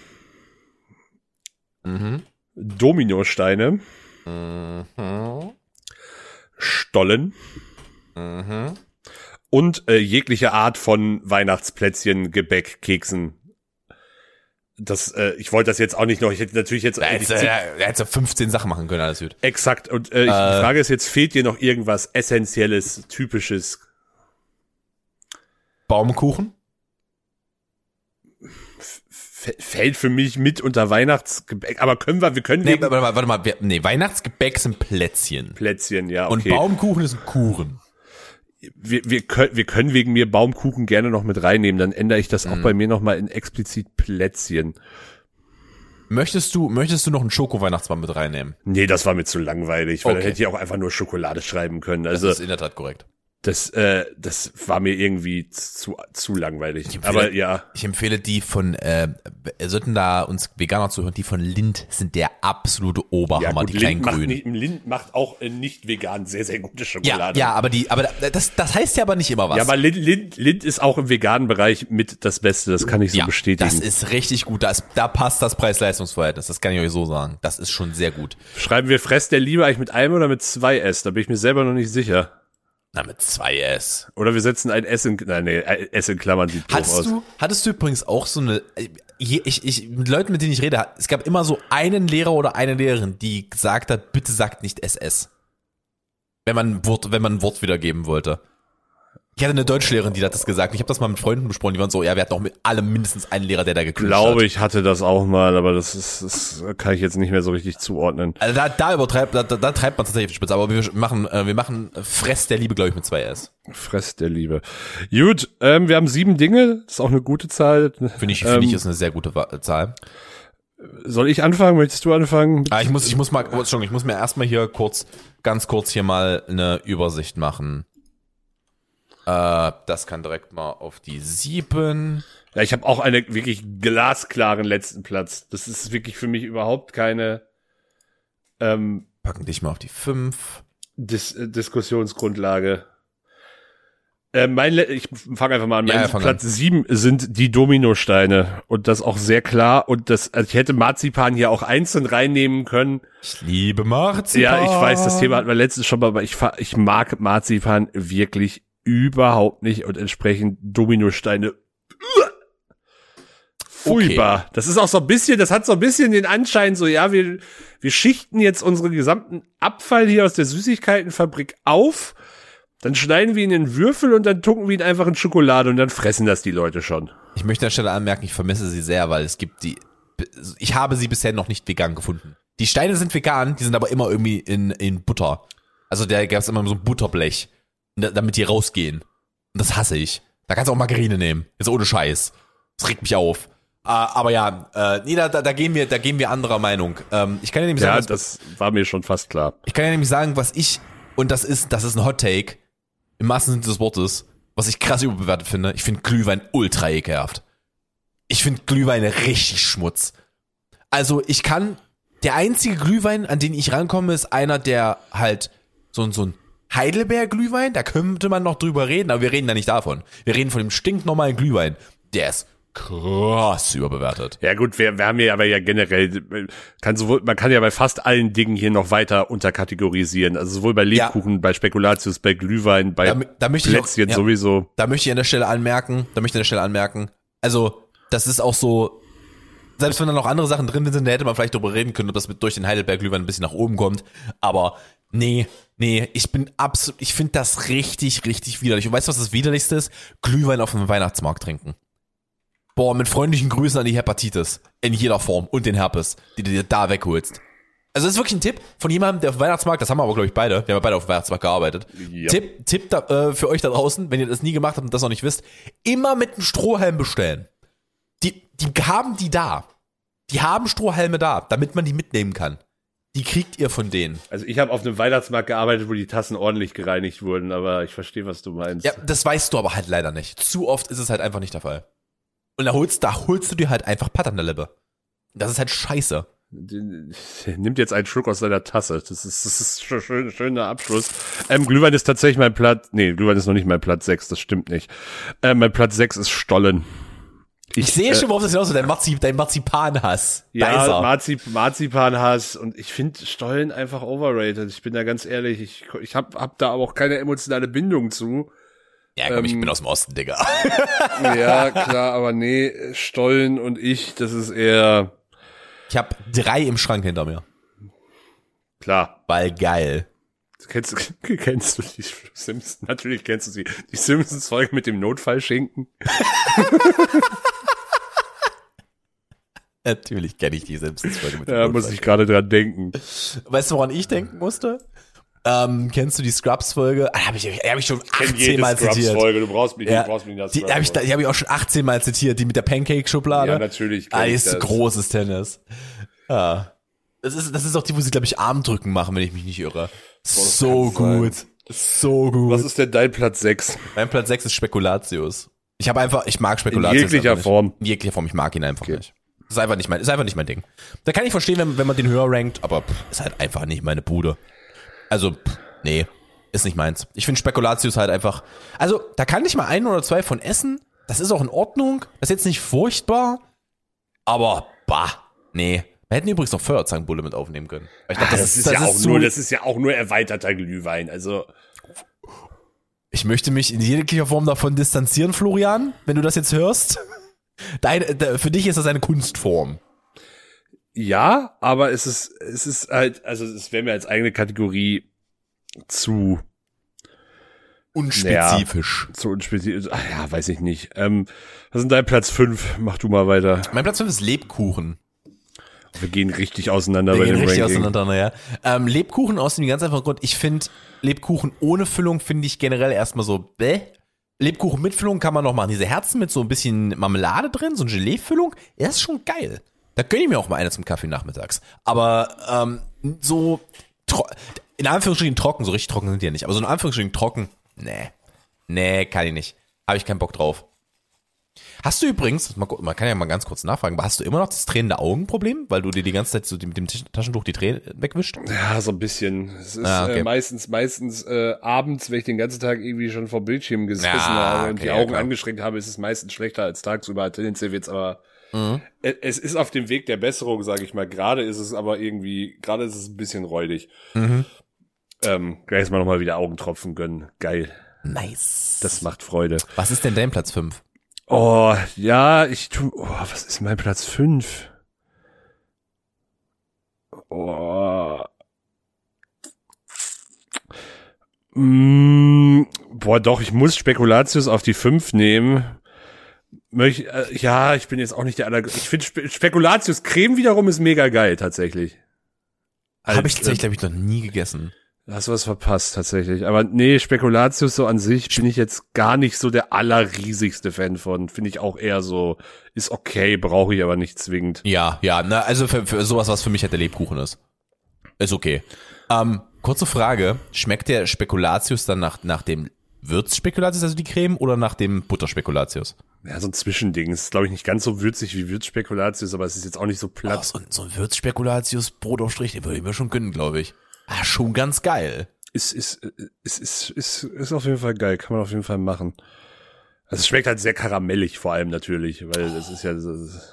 Mhm. Dominosteine, Mhm. Stollen Mhm. und äh, jegliche Art von Weihnachtsplätzchen, Gebäck, Keksen. Das, äh, ich wollte das jetzt auch nicht noch. Ich hätte natürlich jetzt Er hätte, er hätte fünfzehn Sachen machen können, alles gut. exakt. Und äh, ich, Äh. die Frage ist jetzt: Fehlt dir noch irgendwas Essentielles, Typisches? Baumkuchen? F- fällt für mich mit unter Weihnachtsgebäck. Aber können wir? Wir können Nee, wegen warte mal, warte mal. Wir, nee, Weihnachtsgebäck sind Plätzchen. Plätzchen, ja. Und Okay. Baumkuchen ist ein Kuchen. wir, wir können, wir können wegen mir Baumkuchen gerne noch mit reinnehmen. Dann ändere ich das auch Mhm. bei mir noch mal in explizit Plätzchen. Möchtest du, möchtest du noch einen Schoko-Weihnachtsmann mit reinnehmen? Nee, das war mir zu langweilig, weil Okay. dann hätte ich auch einfach nur Schokolade schreiben können. Das Also ist in der Tat korrekt. das, äh, das war mir irgendwie zu, zu langweilig. empfehle- Aber ja, Ich empfehle die von, äh, sollten da uns Veganer zuhören, die von Lindt sind der absolute ja Oberhammer, gut, die kleinen Lind macht, Grünen. nicht, Lind macht auch äh, nicht vegan sehr, sehr gute Ja, Schokolade. ja, aber die, aber das, das heißt ja aber nicht immer was. Ja, aber Lind, Lind, Lind ist auch im veganen Bereich mit das Beste, das kann ich so Ja, bestätigen. das ist richtig gut. Da, ist, da passt das Preis-Leistungs-Verhältnis. Das kann ich euch so sagen. Das ist schon sehr gut. Schreiben wir Fress der Liebe eigentlich mit einem oder mit zwei S? Da bin ich mir selber noch nicht sicher. Na, mit zwei S. Oder wir setzen ein S in, nein, nee, ein S in Klammern sieht doof Hattest aus. du, hattest du übrigens auch so eine, ich, ich, ich, mit Leuten, mit denen ich rede, es gab immer so einen Lehrer oder eine Lehrerin, die gesagt hat, bitte sagt nicht S S. Wenn man ein Wort, wenn man ein Wort wiedergeben wollte. Ich hatte eine Deutschlehrerin, die hat das gesagt. Ich habe das mal mit Freunden besprochen, die waren so, ja, wir hatten auch mit allem mindestens einen Lehrer, der da Ich gekriegt glaube, hat. ich hatte das auch mal, aber das ist, das kann ich jetzt nicht mehr so richtig zuordnen. Also da, da übertreibt, da, da, da treibt man tatsächlich auf die Spitze. Aber wir machen, äh, wir machen Fress der Liebe, glaube ich, mit zwei S. Fress der Liebe. Gut, ähm, wir haben sieben Dinge, das ist auch eine gute Zahl. Finde ich, ähm, finde ich, ist eine sehr gute Wa- Zahl. Soll ich anfangen? Möchtest du anfangen? Ah, ich muss, ich muss mal, oh, Entschuldigung, ich muss mir erstmal hier kurz, ganz kurz hier mal eine Übersicht machen. Äh, das kann direkt mal auf die sieben. Ja, ich habe auch einen wirklich glasklaren letzten Platz. Das ist wirklich für mich überhaupt keine, ähm, packen dich mal auf die fünf. Dis äh, Diskussionsgrundlage. Äh, mein Le ich fange einfach mal an. Mein Ja, ja, Platz sieben sind die Dominosteine. Und das auch sehr klar. Und das, also ich hätte Marzipan hier auch einzeln reinnehmen können. Ich liebe Marzipan. Ja, ich weiß, das Thema hatten wir letztens schon mal, aber ich, ich mag Marzipan wirklich überhaupt nicht. Und entsprechend Dominosteine. Furchtbar. Okay. Das ist auch so ein bisschen, das hat so ein bisschen den Anschein, so, ja, wir, wir schichten jetzt unseren gesamten Abfall hier aus der Süßigkeitenfabrik auf. Dann schneiden wir ihn in Würfel und dann tunken wir ihn einfach in Schokolade und dann fressen das die Leute schon. Ich möchte an der Stelle anmerken, ich vermisse sie sehr, weil es gibt die, ich habe sie bisher noch nicht vegan gefunden. Die Steine sind vegan, die sind aber immer irgendwie in, in Butter. Also da gab es immer so ein Butterblech, damit die rausgehen. Und das hasse ich. Da kannst du auch Margarine nehmen. Jetzt ohne Scheiß. Das regt mich auf. Uh, aber ja, äh, nee, da, da gehen wir, da gehen wir anderer Meinung. Ähm, ich kann ja nämlich sagen, ja, was, das war mir schon fast klar. Ich kann ja nämlich sagen, was ich, und das ist, das ist ein Hot Take, im wahrsten Sinne des Wortes, was ich krass überbewertet finde. Ich finde Glühwein ultra ekelhaft. Ich finde Glühwein richtig Schmutz. Also ich kann, der einzige Glühwein, an den ich rankomme, ist einer, der halt so, so ein Heidelbeer-Glühwein, da könnte man noch drüber reden, aber wir reden da nicht davon. Wir reden von dem stinknormalen Glühwein. Der ist krass überbewertet. Ja gut, wir, wir haben ja aber ja generell, kann sowohl, man kann ja bei fast allen Dingen hier noch weiter unterkategorisieren. Also sowohl bei Lebkuchen, ja. bei Spekulatius, bei Glühwein, bei da, da möchte Plätzchen ich auch, ja, sowieso. Da möchte ich an der Stelle anmerken, da möchte ich an der Stelle anmerken, also das ist auch so, selbst wenn da noch andere Sachen drin sind, da hätte man vielleicht darüber reden können, ob das mit durch den Heidelberg-Glühwein ein bisschen nach oben kommt. Aber nee, nee, ich bin absolut, ich finde das richtig, richtig widerlich. Und weißt du, was das Widerlichste ist? Glühwein auf dem Weihnachtsmarkt trinken. Boah, mit freundlichen Grüßen an die Hepatitis. In jeder Form. Und den Herpes, die du dir da wegholst. Also das ist wirklich ein Tipp von jemandem, der auf dem Weihnachtsmarkt, das haben wir aber, glaube ich, beide, wir haben ja beide auf dem Weihnachtsmarkt gearbeitet. Ja. Tipp, Tipp da, äh, für euch da draußen, wenn ihr das nie gemacht habt und das noch nicht wisst, immer mit einem Strohhalm bestellen. Die, die haben die da. Die haben Strohhalme da, damit man die mitnehmen kann. Die kriegt ihr von denen. Also ich habe auf einem Weihnachtsmarkt gearbeitet, wo die Tassen ordentlich gereinigt wurden, aber ich verstehe, was du meinst. Ja, das weißt du aber halt leider nicht. Zu oft ist es halt einfach nicht der Fall. Und da holst, da holst du dir halt einfach Patt an der Lippe. Das ist halt scheiße. Nimmt jetzt einen Schluck aus seiner Tasse. Das ist, das ist ein schön, schöner Abschluss. Ähm, Glühwein ist tatsächlich mein Platz, nee, Glühwein ist noch nicht mein Platz sechs, das stimmt nicht. Ähm, mein Platz sechs ist Stollen. Ich, ich sehe äh, schon, worauf das hinaus ist, dein, Marzip, dein Marzipanhass. Ja, Marzip, Marzipanhass. Und ich finde Stollen einfach overrated. Ich bin da ganz ehrlich, ich, ich hab, hab da aber auch keine emotionale Bindung zu. Ja, komm, ähm, ich bin aus dem Osten, Digga. Ja, klar, aber nee, Stollen und ich, das ist eher... Ich habe drei im Schrank hinter mir. Klar. Weil geil. Kennst, kennst du die Simpsons? Natürlich kennst du sie. Die Simpsons-Folge mit dem Notfallschinken. Natürlich kenne ich die Simpsons-Folge mit dem Notfallschinken. Da muss ich gerade dran denken. Weißt du, woran ich denken musste? Ähm, kennst du die Scrubs-Folge? Ah, habe ich, hab ich schon achtzehn Mal zitiert. Folge. Du brauchst mich, ja, du brauchst mich nicht. Die habe ich, die hab ich auch schon achtzehn Mal zitiert, die mit der Pancake-Schublade. Ja, natürlich. Ah, die ist das. Großes Tennis. Ja. Das ist, das ist auch die, wo sie, glaube ich, Armdrücken machen, wenn ich mich nicht irre. So gut. Sein. So gut. Was ist denn dein Platz sechs? Mein Platz sechs ist Spekulatius. Ich habe einfach, ich mag Spekulatius. In jeglicher Form. In jeglicher Form, ich mag ihn einfach okay. nicht. Das ist einfach nicht mein, ist einfach nicht mein Ding. Da kann ich verstehen, wenn, wenn man den höher rankt, aber pff, ist halt einfach nicht meine Bude. Also, pff, nee, ist nicht meins. Ich finde Spekulatius halt einfach, also, da kann ich mal ein oder zwei von essen. Das ist auch in Ordnung. Das ist jetzt nicht furchtbar. Aber, bah, nee. Wir hätten übrigens noch Feuerzangenbulle mit aufnehmen können. Ich glaub, ah, das, das, ist, das, ja ist auch so, nur, das ist ja auch nur erweiterter Glühwein, also. Ich möchte mich in jeglicher Form davon distanzieren, Florian, wenn du das jetzt hörst. Dein, de, für dich ist das eine Kunstform. Ja, aber es ist, es ist halt, also es wäre mir als eigene Kategorie zu unspezifisch. Ja, zu unspezifisch. Ach ja, weiß ich nicht. Ähm, was ist denn dein Platz fünf? Mach du mal weiter. Mein Platz fünf ist Lebkuchen. Wir gehen richtig auseinander Wir bei gehen dem richtig Ranking. auseinander, ja. Ähm, Lebkuchen aus dem ganz einfachen Grund, ich finde Lebkuchen ohne Füllung finde ich generell erstmal so bäh. Lebkuchen mit Füllung kann man noch machen. Diese Herzen mit so ein bisschen Marmelade drin, so eine Gelee-Füllung, das ist schon geil. Da gönne ich mir auch mal eine zum Kaffee nachmittags. Aber ähm, so tro- in Anführungsstrichen trocken, so richtig trocken sind die ja nicht, aber so in Anführungsstrichen trocken, nee. Nee, kann ich nicht. Habe ich keinen Bock drauf. Hast du übrigens, man, man kann ja mal ganz kurz nachfragen, aber hast du immer noch das tränende Augenproblem, weil du dir die ganze Zeit so mit dem Taschentuch die Tränen wegwischt? Ja, so ein bisschen. Es ist Ah, okay. äh, meistens, meistens äh, abends, wenn ich den ganzen Tag irgendwie schon vor Bildschirm gesessen Ja, habe und okay, die ja, Augen klar. angestrengt habe, ist es meistens schlechter als tagsüber. Tendenziell wird's aber. Mhm. äh, Es ist auf dem Weg der Besserung, sage ich mal. Gerade ist es aber irgendwie, gerade ist es ein bisschen räudig. Mhm. Ähm, gleich mal nochmal wieder Augentropfen gönnen. Geil. Nice. Das macht Freude. Was ist denn dein Platz fünf? Oh, ja, ich tu, oh, was ist mein Platz fünf? Oh. Mm, boah, doch, ich muss Spekulatius auf die fünf nehmen. Möch, äh, ja, ich bin jetzt auch nicht der aller, ich finde Spe Spekulatius Creme wiederum ist mega geil, tatsächlich. Habe Als, ich tatsächlich, glaube ich, noch nie gegessen. Hast du was verpasst, tatsächlich. Aber nee, Spekulatius so an sich bin ich jetzt gar nicht so der allerriesigste Fan von. Finde ich auch eher so, ist okay, brauche ich aber nicht zwingend. Ja, ja, na, also für, für sowas, was für mich halt der Lebkuchen ist. Ist okay. Ähm, kurze Frage, schmeckt der Spekulatius dann nach, nach dem Würzspekulatius, also die Creme, oder nach dem Butterspekulatius? Ja, so ein Zwischending. Es ist, glaube ich, nicht ganz so würzig wie Würzspekulatius, aber es ist jetzt auch nicht so Ach, platt. so, ein- so ein Würzspekulatius, Brotaufstrich, den würde ich mir schon gönnen, glaube ich. Ah, schon ganz geil. Ist, ist, ist, ist, ist, ist auf jeden Fall geil. Kann man auf jeden Fall machen. Also es schmeckt halt sehr karamellig vor allem natürlich, weil das ist ja so.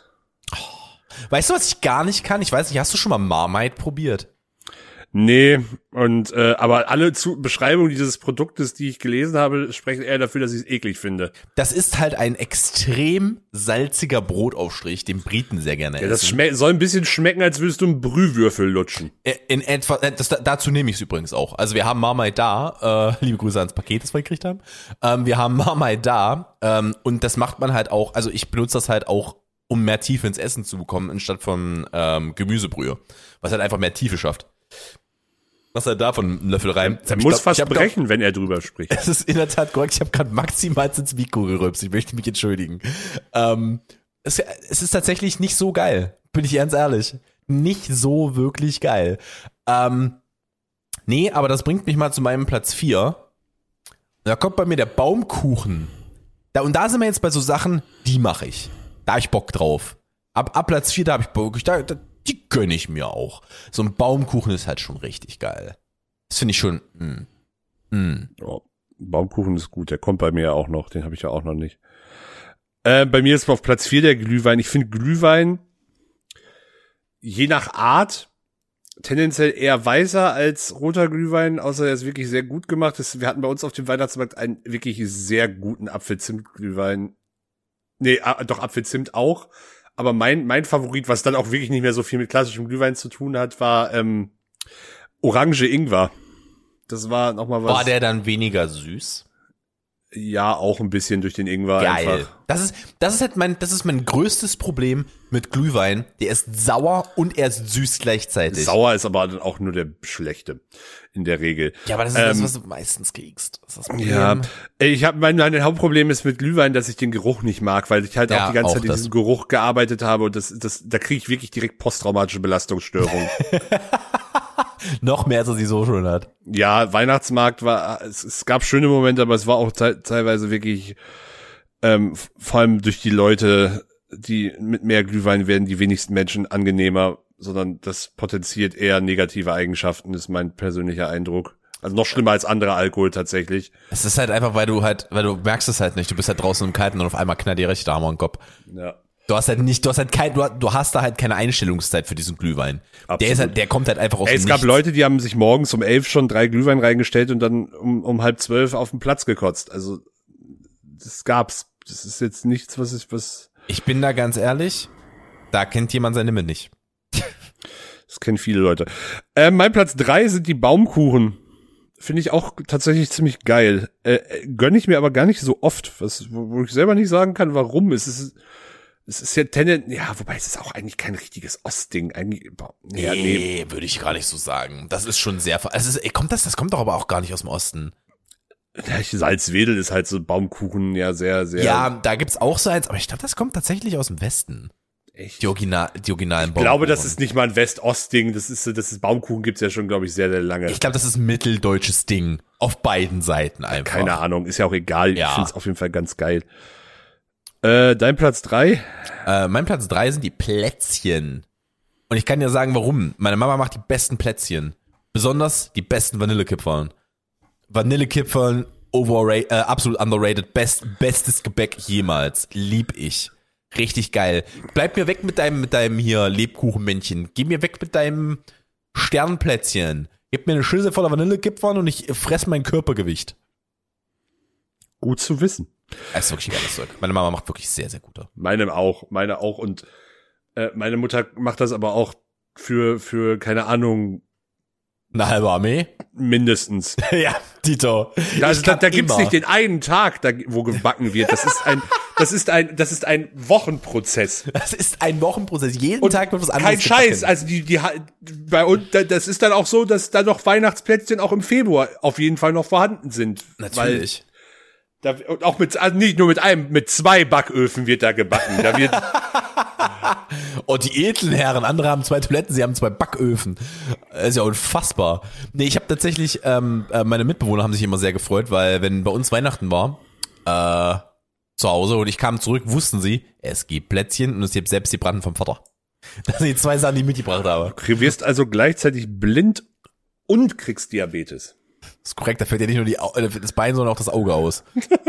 Weißt du, was ich gar nicht kann? Ich weiß nicht, hast du schon mal Marmite probiert? Nee, und äh, aber alle zu Beschreibungen dieses Produktes, die ich gelesen habe, sprechen eher dafür, dass ich es eklig finde. Das ist halt ein extrem salziger Brotaufstrich, den Briten sehr gerne Ja, das essen. schme- soll ein bisschen schmecken, als würdest du einen Brühwürfel lutschen. Äh, In etwa, äh, das, dazu nehme ich es übrigens auch. Also wir haben Marmite da, äh, liebe Grüße ans Paket, das wir gekriegt haben. Ähm, wir haben Marmite da ähm, und das macht man halt auch, also ich benutze das halt auch, um mehr Tiefe ins Essen zu bekommen, anstatt von ähm, Gemüsebrühe, was halt einfach mehr Tiefe schafft. Was halt davon einen Löffel rein. Er muss fast brechen, wenn er drüber spricht. Es ist in der Tat korrekt. Ich habe gerade maximal ins Mikro gerülpst. Ich möchte mich entschuldigen. Ähm, es, es ist tatsächlich nicht so geil. Bin ich ganz ehrlich. Nicht so wirklich geil. Ähm, nee, aber das bringt mich mal zu meinem Platz vier. Da kommt bei mir der Baumkuchen. Da, und da sind wir jetzt bei so Sachen, die mache ich. Da hab ich Bock drauf. Ab, ab Platz vier, da habe ich Bock. Da, da, die gönne ich mir auch. So ein Baumkuchen ist halt schon richtig geil. Das finde ich schon. Mm, mm. Oh, Baumkuchen ist gut, der kommt bei mir ja auch noch, den habe ich ja auch noch nicht. Äh, bei mir ist auf Platz vier der Glühwein. Ich finde Glühwein je nach Art tendenziell eher weißer als roter Glühwein, außer er ist wirklich sehr gut gemacht. Das, wir hatten bei uns auf dem Weihnachtsmarkt einen wirklich sehr guten Apfelzimt-Glühwein. Nee, äh, doch Apfelzimt auch. Aber mein, mein Favorit, was dann auch wirklich nicht mehr so viel mit klassischem Glühwein zu tun hat, war ähm, Orange Ingwer. Das war nochmal was. War der dann weniger süß? Ja, auch ein bisschen durch den Ingwer Geil. einfach. Das ist, das ist halt mein, das ist mein größtes Problem mit Glühwein. Der ist sauer und er ist süß gleichzeitig. Sauer ist aber dann auch nur der schlechte in der Regel. Ja, aber das ist Ähm, das, was du meistens kriegst. Das ist das Problem. Ja, ich habe mein, mein Hauptproblem ist mit Glühwein, dass ich den Geruch nicht mag, weil ich halt Ja, auch die ganze auch Zeit in das. diesem Geruch gearbeitet habe und das, das, da kriege ich wirklich direkt posttraumatische Belastungsstörungen. Noch mehr, als er sie so schon hat. Ja, Weihnachtsmarkt war, es, es gab schöne Momente, aber es war auch te teilweise wirklich, ähm, vor allem durch die Leute, die mit mehr Glühwein werden die wenigsten Menschen angenehmer, sondern das potenziert eher negative Eigenschaften, ist mein persönlicher Eindruck. Also noch schlimmer als anderer Alkohol tatsächlich. Es ist halt einfach, weil du halt, weil du merkst es halt nicht. Du bist halt draußen im Kalten und auf einmal knallt dir recht der Hammer in den Kopf. Ja. Du hast halt nicht, du hast halt kein, du, du hast da halt keine Einstellungszeit für diesen Glühwein. Der ist Absolut. halt, der kommt halt einfach aus Ey, dem es gab Nichts. Leute, die haben sich morgens um elf schon drei Glühwein reingestellt und dann um, um halb zwölf auf den Platz gekotzt. Also das gab's. Das ist jetzt nichts, was ich, was. Ich bin da ganz ehrlich, da kennt jemand sein Limit nicht. Das kennen viele Leute. Äh, mein Platz drei sind die Baumkuchen. Finde ich auch tatsächlich ziemlich geil. Äh, gönne ich mir aber gar nicht so oft, was, wo, wo ich selber nicht sagen kann, warum. Es ist, es ist ja tendent, ja, wobei es ist auch eigentlich kein richtiges Ostding. Eigentlich, Nee, ja, nee. würde ich gar nicht so sagen. Das ist schon sehr, ver- es ist, ey, kommt das, das kommt doch aber auch gar nicht aus dem Osten. Ja, Salzwedel ist halt so Baumkuchen, ja, sehr, sehr. Ja, da gibt's auch so eins, aber ich glaube, das kommt tatsächlich aus dem Westen. echt. Die, Original, die originalen Ich glaube, das ist nicht mal ein West-Ost-Ding. Das ist, das ist Baumkuchen gibt's ja schon, glaube ich, sehr, sehr lange. Ich glaube, das ist ein mitteldeutsches Ding. Auf beiden Seiten einfach. Keine Ahnung, ist ja auch egal. Ja. Ich finde es auf jeden Fall ganz geil. Äh, dein Platz drei? Äh, mein Platz drei sind die Plätzchen. Und ich kann dir sagen, warum. Meine Mama macht die besten Plätzchen. Besonders die besten Vanillekipferln. Vanillekipferln, overrated, äh, absolut underrated, best, bestes Gebäck jemals. Lieb ich. Richtig geil. Bleib mir weg mit deinem, mit deinem hier Lebkuchenmännchen. Geh mir weg mit deinem Sternplätzchen. Gib mir eine Schüssel voller Vanillekipferln und ich fress mein Körpergewicht. Gut zu wissen. Das ist wirklich geiles Zeug. Meine Mama macht wirklich sehr, sehr gute. Meine auch, meine auch. Und äh, meine Mutter macht das aber auch für, für keine Ahnung, eine halbe Armee? mindestens. Ja, Tito. Da, also, da, da gibt's immer. nicht den einen Tag, da, wo gebacken wird. Das ist ein, das ist ein, das ist ein Wochenprozess. Das ist ein Wochenprozess. Jeden Und Tag wird was anderes kein Scheiß. gebacken. Also die, die, bei uns, das ist dann auch so, dass da noch Weihnachtsplätzchen auch im Februar auf jeden Fall noch vorhanden sind. Natürlich. Weil da, und auch mit, also nicht nur mit einem, mit zwei Backöfen wird da gebacken. Da wird, Und die edlen Herren, andere haben zwei Toiletten, sie haben zwei Backöfen. Das ist ja unfassbar. Nee, ich habe tatsächlich, ähm, äh, meine Mitbewohner haben sich immer sehr gefreut, weil wenn bei uns Weihnachten war, äh, zu Hause und ich kam zurück, wussten sie, es gibt Plätzchen und es gibt selbst die Braten vom Vater. Das sind die zwei Sachen, die ich mitgebracht habe. du wirst also gleichzeitig blind und kriegst Diabetes. Das ist korrekt, da fällt ja nicht nur die, Au- äh, das Bein, sondern auch das Auge aus.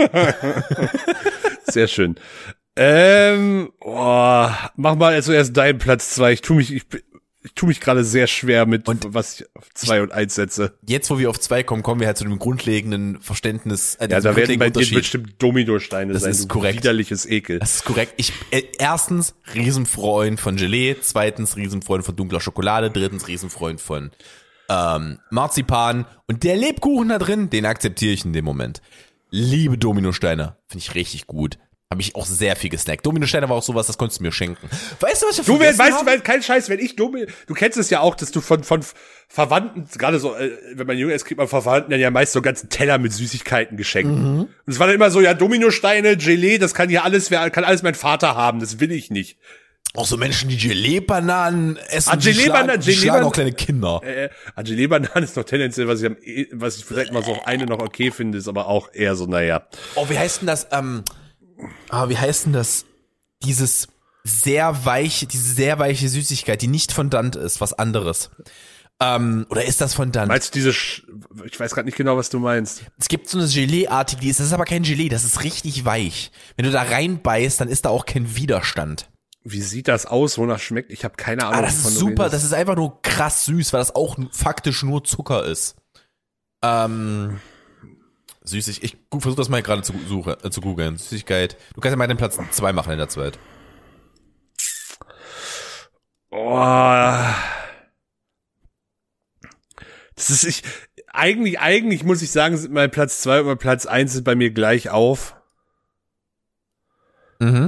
Sehr schön. Ähm, oh, mach mal also erst deinen Platz zwei. Ich tu mich, ich, ich tu mich gerade sehr schwer mit, Und was ich auf zwei und eins setze. Jetzt, wo wir auf zwei kommen, kommen wir halt zu dem grundlegenden Verständnis. Äh, Ja, diesem da werden bei grundlegenden dir Unterschied. bestimmt Dominosteine Das sein. ist du korrekt. Widerliches Ekel. Das ist korrekt. Ich äh, erstens Riesenfreund von Gelee, zweitens Riesenfreund von dunkler Schokolade, drittens Riesenfreund von ähm, Marzipan und der Lebkuchen da drin, den akzeptiere ich in dem Moment. Liebe Dominosteine, finde ich richtig gut. Habe ich auch sehr viel gesnackt. Dominosteine war auch sowas, das konntest du mir schenken. Weißt du, was ich Du, vergessen weißt du, habe? weil kein Scheiß, wenn ich Domino, du kennst es ja auch, dass du von, von Verwandten, gerade so, äh, wenn man jung ist, kriegt man von Verwandten dann ja meist so einen ganzen Teller mit Süßigkeiten geschenkt. Mhm. Und es war dann immer so, ja, Dominosteine, Gelee, das kann ja alles, wer, kann alles mein Vater haben, das will ich nicht. Auch so Menschen, die Gelee-Bananen essen, Ah, die, Gelee-Bananen, schlagen, die Gelee-Bananen- schlagen auch kleine Kinder. Äh, Gelee-Bananen ist noch tendenziell, was ich am, eh- was ich vielleicht mal so eine noch okay finde, ist aber auch eher so, naja. Oh, wie heißt denn das? Ähm, ah, wie heißt denn das? Dieses sehr weiche, diese sehr weiche Süßigkeit, die nicht fondant ist, was anderes. Ähm, oder ist das fondant? Meinst du diese, Sch ich weiß gerade nicht genau, was du meinst. Es gibt so eine Gelee-artige, die ist, das ist aber kein Gelee, das ist richtig weich. Wenn du da reinbeißt, dann ist da auch kein Widerstand. Wie sieht das aus, wonach schmeckt? Ich habe keine Ahnung. Ah, das ist wovon du super, redest. das ist einfach nur krass süß, weil das auch faktisch nur Zucker ist. Ähm, Süßig, ich versuche das mal gerade zu, suche, äh, zu googeln. Süßigkeit. Du kannst ja mal den Platz zwei machen in der Zeit. Oh. Das ist ich eigentlich eigentlich muss ich sagen, sind mein Platz zwei und mein Platz eins sind bei mir gleich auf. Mhm.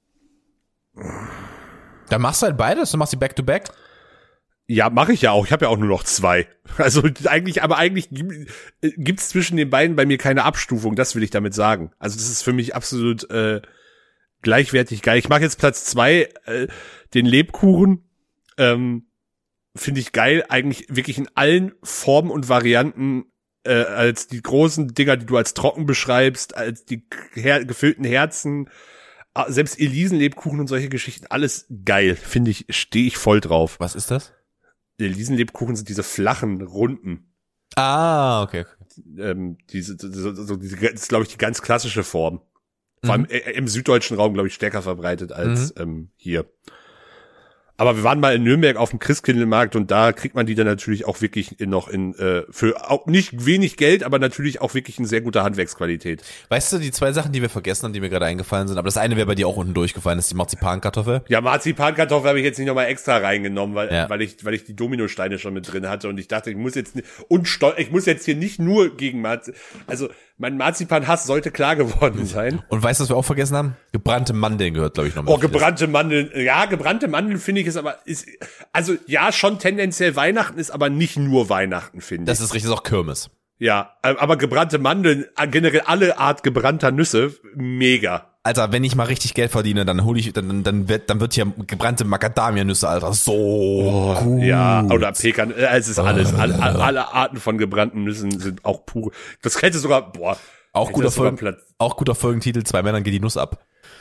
Dann machst du halt beides, du machst die Back-to-Back. Ja, mache ich ja auch. Ich habe ja auch nur noch zwei. Also eigentlich, aber eigentlich gibt es zwischen den beiden bei mir keine Abstufung. Das will ich damit sagen. Also das ist für mich absolut äh, gleichwertig geil. Ich mache jetzt Platz zwei, äh, den Lebkuchen. Ähm, Finde ich geil. Eigentlich wirklich in allen Formen und Varianten. Äh, als die großen Dinger, die du als trocken beschreibst, als die her gefüllten Herzen, selbst Elisenlebkuchen und solche Geschichten, alles geil. Finde ich, stehe ich voll drauf. Was ist das? Elisenlebkuchen sind diese flachen, runden. Ah, okay. Ähm, diese, so, so, diese, das ist, glaube ich, die ganz klassische Form. Vor Mhm. allem äh, im süddeutschen Raum, glaube ich, stärker verbreitet als ähm, hier. Aber wir waren mal in Nürnberg auf dem Christkindlmarkt und da kriegt man die dann natürlich auch wirklich in, noch in äh, für auch nicht wenig Geld, aber natürlich auch wirklich in sehr guter Handwerksqualität. Weißt du, die zwei Sachen, die wir vergessen haben, die mir gerade eingefallen sind, aber das eine wäre bei dir auch unten durchgefallen, ist die Marzipankartoffel. Ja, Marzipankartoffel habe ich jetzt nicht nochmal extra reingenommen, weil, Ja. weil ich, weil ich die Dominosteine schon mit drin hatte und ich dachte, ich muss jetzt nicht, und stol- ich muss jetzt hier nicht nur gegen Marzipan, also mein Marzipanhass sollte klar geworden sein. Und weißt du, was wir auch vergessen haben? Gebrannte Mandeln gehört, glaube ich, noch mit Oh, auf die Liste. gebrannte Mandeln, ja, gebrannte Mandeln finde ich es aber, ist, also ja, schon tendenziell Weihnachten ist aber nicht nur Weihnachten, finde ich. Das ist richtig, das ist auch Kirmes. Ja, aber gebrannte Mandeln, generell alle Art gebrannter Nüsse, mega. Alter, wenn ich mal richtig Geld verdiene, dann hole ich, dann, dann wird, dann wird hier gebrannte Macadamia-Nüsse, Alter, so gut. Ja, oder Pekan, äh, es ist alles, alle, alle Arten von gebrannten Nüssen sind auch pur. Das hätte sogar, boah. Auch hätte guter, das sogar Folgen, Platz. auch guter Folgentitel, zwei Männern geht die Nuss ab.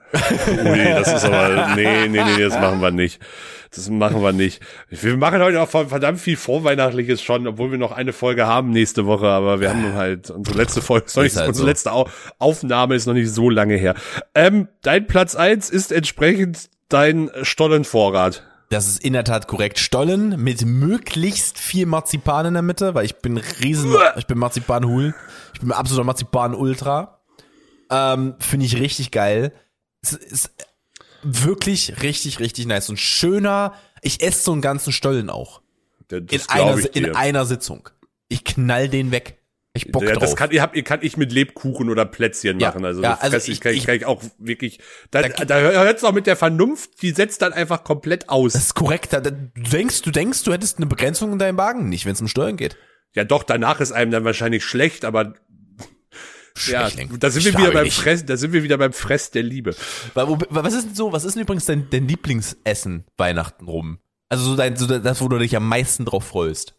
Ui, das ist aber, nee, nee, nee, das machen wir nicht. Das machen wir nicht. Wir machen heute auch verdammt viel Vorweihnachtliches schon, obwohl wir noch eine Folge haben nächste Woche, aber wir haben nun halt, unsere letzte Folge, ist noch nicht, Ist halt unsere so. letzte Au- Aufnahme ist noch nicht so lange her. Ähm, dein Platz eins ist entsprechend dein Stollenvorrat. Das ist in der Tat korrekt. Stollen mit möglichst viel Marzipan in der Mitte, weil ich bin riesen, ich bin Marzipan-Hul. Ich bin absoluter Marzipan-Ultra. Ähm, finde ich richtig geil. Es ist wirklich richtig, richtig nice. So ein schöner, ich esse so einen ganzen Stollen auch. Das In glaub einer, ich in dir. einer Sitzung. Ich knall den weg. Ich Bock Ja, drauf. das kann, ihr habt, ihr kann ich mit Lebkuchen oder Plätzchen Ja, machen. Also, ja, das also fress ich, ich- kann, ich, ich- kann ich auch wirklich, da, Da- da hört's auch mit der Vernunft, die setzt dann einfach komplett aus. Das ist korrekt. Da, da, du denkst, du denkst, du hättest eine Begrenzung in deinem Magen, nicht, wenn es um Steuern geht. Ja, doch, danach ist einem dann wahrscheinlich schlecht, aber ja, Schwächling. da sind wir Ich wieder glaube beim nicht. Fress, da sind wir wieder beim Fress der Liebe. Weil, wo- Was ist denn so, was ist denn übrigens dein, dein Lieblingsessen Weihnachten rum? Also so dein, so das, wo du dich am meisten drauf freust.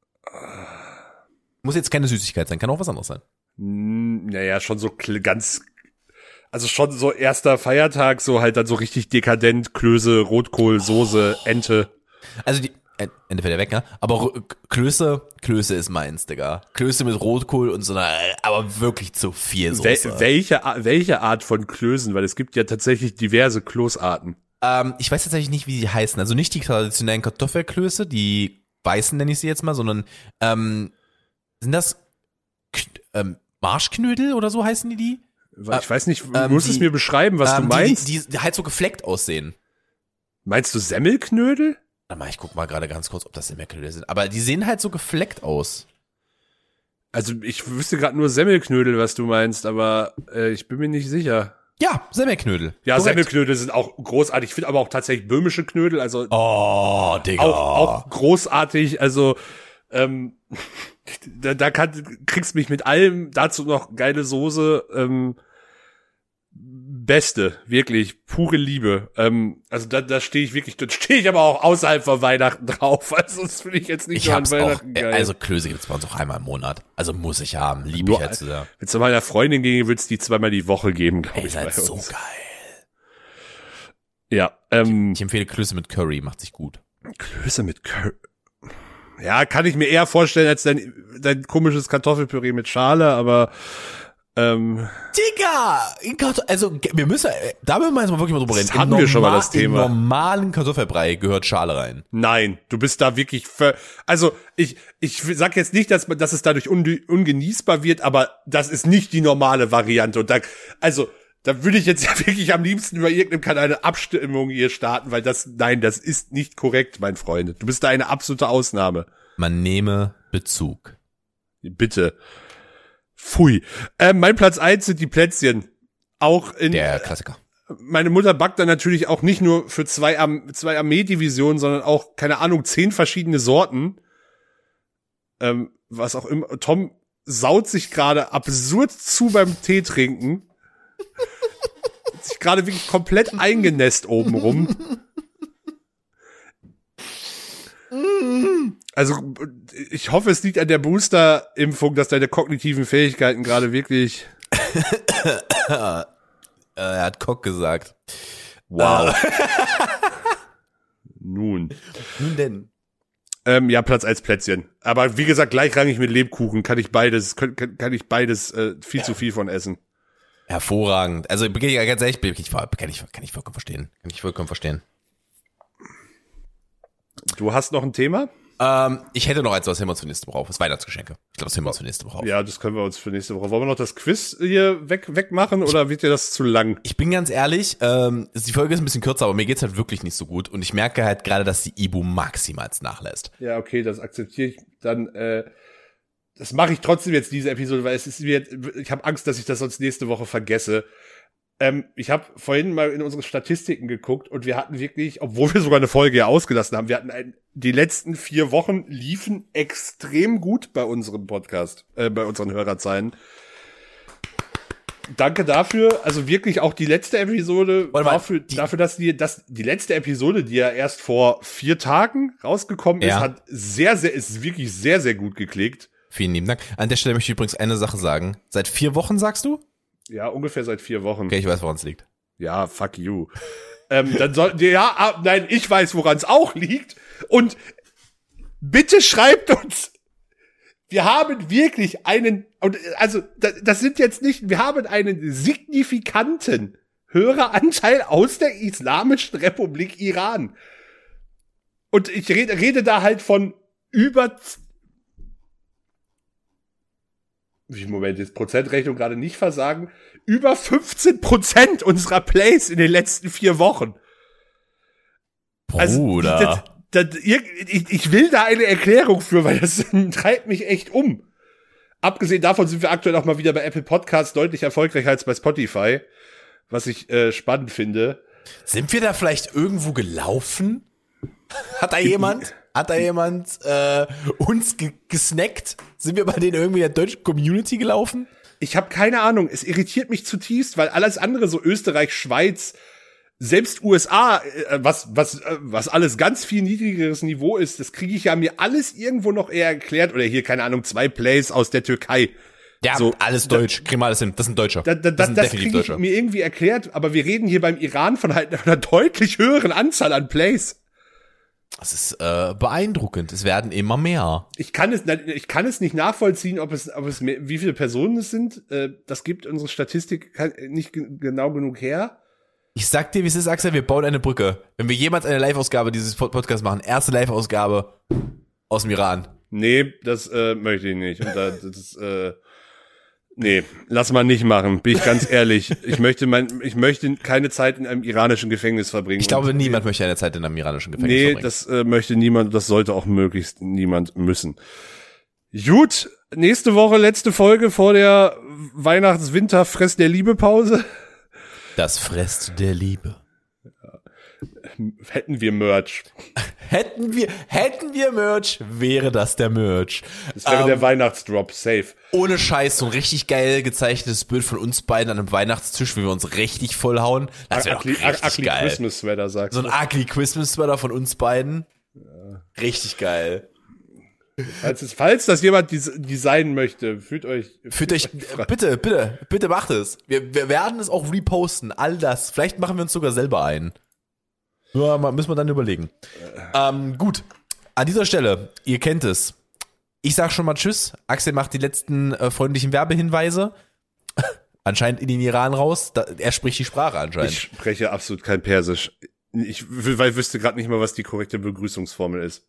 Muss jetzt keine Süßigkeit sein, kann auch was anderes sein. Hm, naja, schon so kl- ganz, also schon so erster Feiertag, so halt dann so richtig dekadent, Klöße, Rotkohl, Soße, Ente. Also die, äh, Ende fällt ja weg, ne? Aber Ro- Klöße, Klöße ist meins, Digga. Klöße mit Rotkohl und so einer, aber wirklich zu viel Wel Soße. welche, A- welche Art von Klößen? Weil es gibt ja tatsächlich diverse Kloßarten. Ähm, ich weiß tatsächlich nicht, wie sie heißen. Also nicht die traditionellen Kartoffelklöße, die weißen nenne ich sie jetzt mal, sondern ähm, sind das K ähm, Marschknödel oder so heißen die die? Weil Ich weiß nicht, du ähm, musst die- es mir beschreiben, was ähm, du meinst. Die, die, die halt so gefleckt aussehen. Meinst du Semmelknödel? Warte mal, ich guck mal gerade ganz kurz, ob das Semmelknödel sind. Aber die sehen halt so gefleckt aus. Also ich wüsste gerade nur Semmelknödel, was du meinst, aber äh, ich bin mir nicht sicher. Ja, Semmelknödel. Ja, Korrekt. Semmelknödel sind auch großartig. Ich finde aber auch tatsächlich böhmische Knödel, also Oh, Digga. auch, auch großartig. Also ähm, da, da kann, kriegst mich mit allem, dazu noch geile Soße. Ähm, Beste, wirklich, pure Liebe. Ähm, also da, da stehe ich wirklich, da stehe ich aber auch außerhalb von Weihnachten drauf. Also das finde ich jetzt nicht Ich nur an hab's auch, Weihnachten äh, geil. also Klöße gibt's bei uns auch einmal im Monat. Also muss ich haben, liebe Nur ich halt so sehr. Wenn es zu meiner Freundin ginge, würde es die zweimal die Woche geben, glaube Ey, ich. ist halt bei so uns. geil. Ja, ähm, Ich empfehle Klöße mit Curry, macht sich gut. Klöße mit Curry. Ja, kann ich mir eher vorstellen als dein, dein komisches Kartoffelpüree mit Schale, aber ähm, Digga! in Kartoff- Also, wir müssen, äh, da müssen wir jetzt mal wirklich mal drüber Das reden. hatten Im wir schon mal norma- das Thema. Im normalen Kartoffelbrei gehört Schale rein. nein, du bist da wirklich ver also ich ich sag jetzt nicht, dass man dass es dadurch un ungenießbar wird, aber das ist nicht die normale Variante und da also da würde ich jetzt ja wirklich am liebsten über irgendeinem Kanal eine Abstimmung hier starten, weil das nein, das ist nicht korrekt, mein Freund. Du bist da eine absolute Ausnahme. Man nehme Bezug. Bitte. Pfui. Ähm, mein Platz eins sind die Plätzchen. Auch in Der Klassiker. meine Mutter backt dann natürlich auch nicht nur für zwei, Arm zwei Armeedivisionen, sondern auch, keine Ahnung, zehn verschiedene Sorten. Ähm, was auch immer. Tom saut sich gerade absurd zu beim Tee trinken. Hat sich gerade wirklich komplett eingenässt oben rum. Also, ich hoffe, es liegt an der Booster-Impfung, dass deine kognitiven Fähigkeiten gerade wirklich. Äh, er hat Kock gesagt. Wow. Nun. Nun denn. Ähm, ja, Platz als Plätzchen. Aber wie gesagt, gleichrangig mit Lebkuchen kann ich beides, kann, kann, kann ich beides äh, viel zu viel von essen. Hervorragend. Also, bin ich ganz ehrlich, bin ich, kann ich, kann ich vollkommen verstehen. Kann ich vollkommen verstehen. Du hast noch ein Thema? Ähm, ich hätte noch eins, was heben wir uns für nächste Woche auf. Das Weihnachtsgeschenke. Ich glaube, das heben wir uns für nächste Woche auf. Ja, das können wir uns für nächste Woche. Wollen wir noch das Quiz hier weg, wegmachen oder wird dir das zu lang? Ich bin ganz ehrlich, ähm, die Folge ist ein bisschen kürzer, aber mir geht's halt wirklich nicht so gut. Und ich merke halt gerade, dass die Ibu maximals nachlässt. Ja, okay, das akzeptiere ich. Dann, äh, das mache ich trotzdem jetzt diese Episode, weil es ist mir, ich habe Angst, dass ich das sonst nächste Woche vergesse. Ähm, ich habe vorhin mal in unsere Statistiken geguckt und wir hatten wirklich, obwohl wir sogar eine Folge ja ausgelassen haben, wir hatten ein, die letzten vier Wochen liefen extrem gut bei unserem Podcast, äh, bei unseren Hörerzahlen. Danke dafür. Also wirklich auch die letzte Episode Warte mal, dafür, die- dafür, dass die, dass die letzte Episode, die ja erst vor vier Tagen rausgekommen ist, Ja. hat sehr, sehr, ist wirklich sehr, sehr gut geklickt. Vielen lieben Dank. An der Stelle möchte ich übrigens eine Sache sagen. Seit vier Wochen, sagst du? Ja, ungefähr seit vier Wochen. Okay, ich weiß, woran es liegt. Ja, fuck you. ähm, dann sollten die, ja, ah, nein, ich weiß, woran es auch liegt. Und bitte schreibt uns. Wir haben wirklich einen, also das sind jetzt nicht, wir haben einen signifikanten Höreranteil aus der Islamischen Republik Iran. Und ich rede, rede da halt von über, wie Moment, jetzt Prozentrechnung gerade nicht versagen, über fünfzehn Prozent unserer Plays in den letzten vier Wochen. Bruder. Also, das, das, ich, ich will da eine Erklärung für, weil das treibt mich echt um. Abgesehen davon sind wir aktuell auch mal wieder bei Apple Podcasts deutlich erfolgreicher als bei Spotify, was ich äh, spannend finde. Sind wir da vielleicht irgendwo gelaufen? Hat da jemand, hat da jemand äh, uns ge- gesnackt? Sind wir bei denen irgendwie in der deutschen Community gelaufen? Ich habe keine Ahnung. Es irritiert mich zutiefst, weil alles andere, so Österreich, Schweiz, selbst U S A, äh, was was äh, was alles ganz viel niedrigeres Niveau ist, das kriege ich ja mir alles irgendwo noch eher erklärt. Oder hier, keine Ahnung, zwei Plays aus der Türkei. Ja, so, alles Deutsch. Kriegen wir alles hin. Das sind Deutscher. Da, da, das das, sind das definitiv kriege ich Deutscher. mir irgendwie erklärt, aber wir reden hier beim Iran von halt einer deutlich höheren Anzahl an Plays. Das ist äh, beeindruckend. Es werden immer mehr. Ich kann es, ich kann es nicht nachvollziehen, ob es, ob es mehr, wie viele Personen es sind. Äh, das gibt unsere Statistik nicht g- genau genug her. Ich sag dir, wie es ist, Axel, wir bauen eine Brücke. Wenn wir jemals eine Live-Ausgabe dieses Podcasts machen, erste Live-Ausgabe aus dem Iran. Nee, das äh, möchte ich nicht. Und da, das, äh, nee, lass mal nicht machen, bin ich ganz ehrlich. Ich möchte mein, ich möchte keine Zeit in einem iranischen Gefängnis verbringen. Ich glaube, und, niemand möchte eine Zeit in einem iranischen Gefängnis Nee, verbringen. das äh, möchte niemand, das sollte auch möglichst niemand müssen. Gut, nächste Woche, letzte Folge vor der Weihnachts-Winter-Fress der Liebe-Pause. Das Frest der Liebe. Hätten wir Merch. Hätten wir, hätten wir Merch, wäre das der Merch. Das wäre Ähm, der Weihnachtsdrop, safe. Ohne Scheiß, so ein richtig geil gezeichnetes Bild von uns beiden an einem Weihnachtstisch, wie wir uns richtig vollhauen. Das wäre doch Ugly, richtig ugly geil. Christmas Sweater, sagst So du. ein ugly Christmas Sweater von uns beiden. Richtig geil. Falls, es, falls das jemand des, designen möchte, fühlt euch... Fühlt euch, frei. bitte, bitte, bitte macht es. Wir, wir werden es auch reposten, all das. Vielleicht machen wir uns sogar selber ein. Ja, mal- müssen wir dann überlegen. Ähm, gut, an dieser Stelle, ihr kennt es. Ich sag schon mal Tschüss. Axel macht die letzten äh, freundlichen Werbehinweise. Anscheinend in den Iran raus. Da, er spricht die Sprache anscheinend. Ich spreche absolut kein Persisch. Ich w- weil wüsste gerade nicht mal, was die korrekte Begrüßungsformel ist.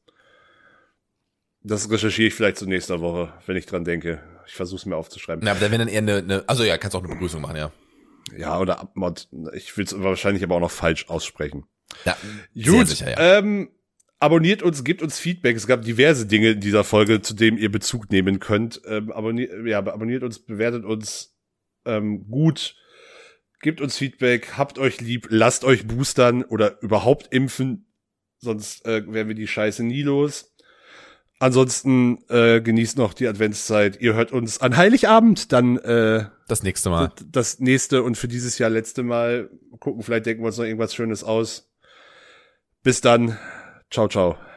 Das recherchiere ich vielleicht zur nächsten Woche, wenn ich dran denke. Ich versuche es mir aufzuschreiben. Na, aber wenn dann eher eine, eine, also ja, kannst auch eine Begrüßung machen, ja. Ja, oder Abmod. Ich will es wahrscheinlich aber auch noch falsch aussprechen. Ja, Gut, sehr sicher, ja. ähm, abonniert uns, gebt uns Feedback. Es gab diverse Dinge in dieser Folge, zu denen ihr Bezug nehmen könnt. Ähm, abonniert, ja, abonniert uns, bewertet uns ähm, gut. Gebt uns Feedback, habt euch lieb, lasst euch boostern oder überhaupt impfen. Sonst äh, werden wir die Scheiße nie los. Ansonsten äh, genießt noch die Adventszeit. Ihr hört uns an Heiligabend dann äh, Das nächste Mal. das nächste und für dieses Jahr letzte Mal gucken. Vielleicht denken wir uns noch irgendwas Schönes aus. Bis dann. Ciao, ciao.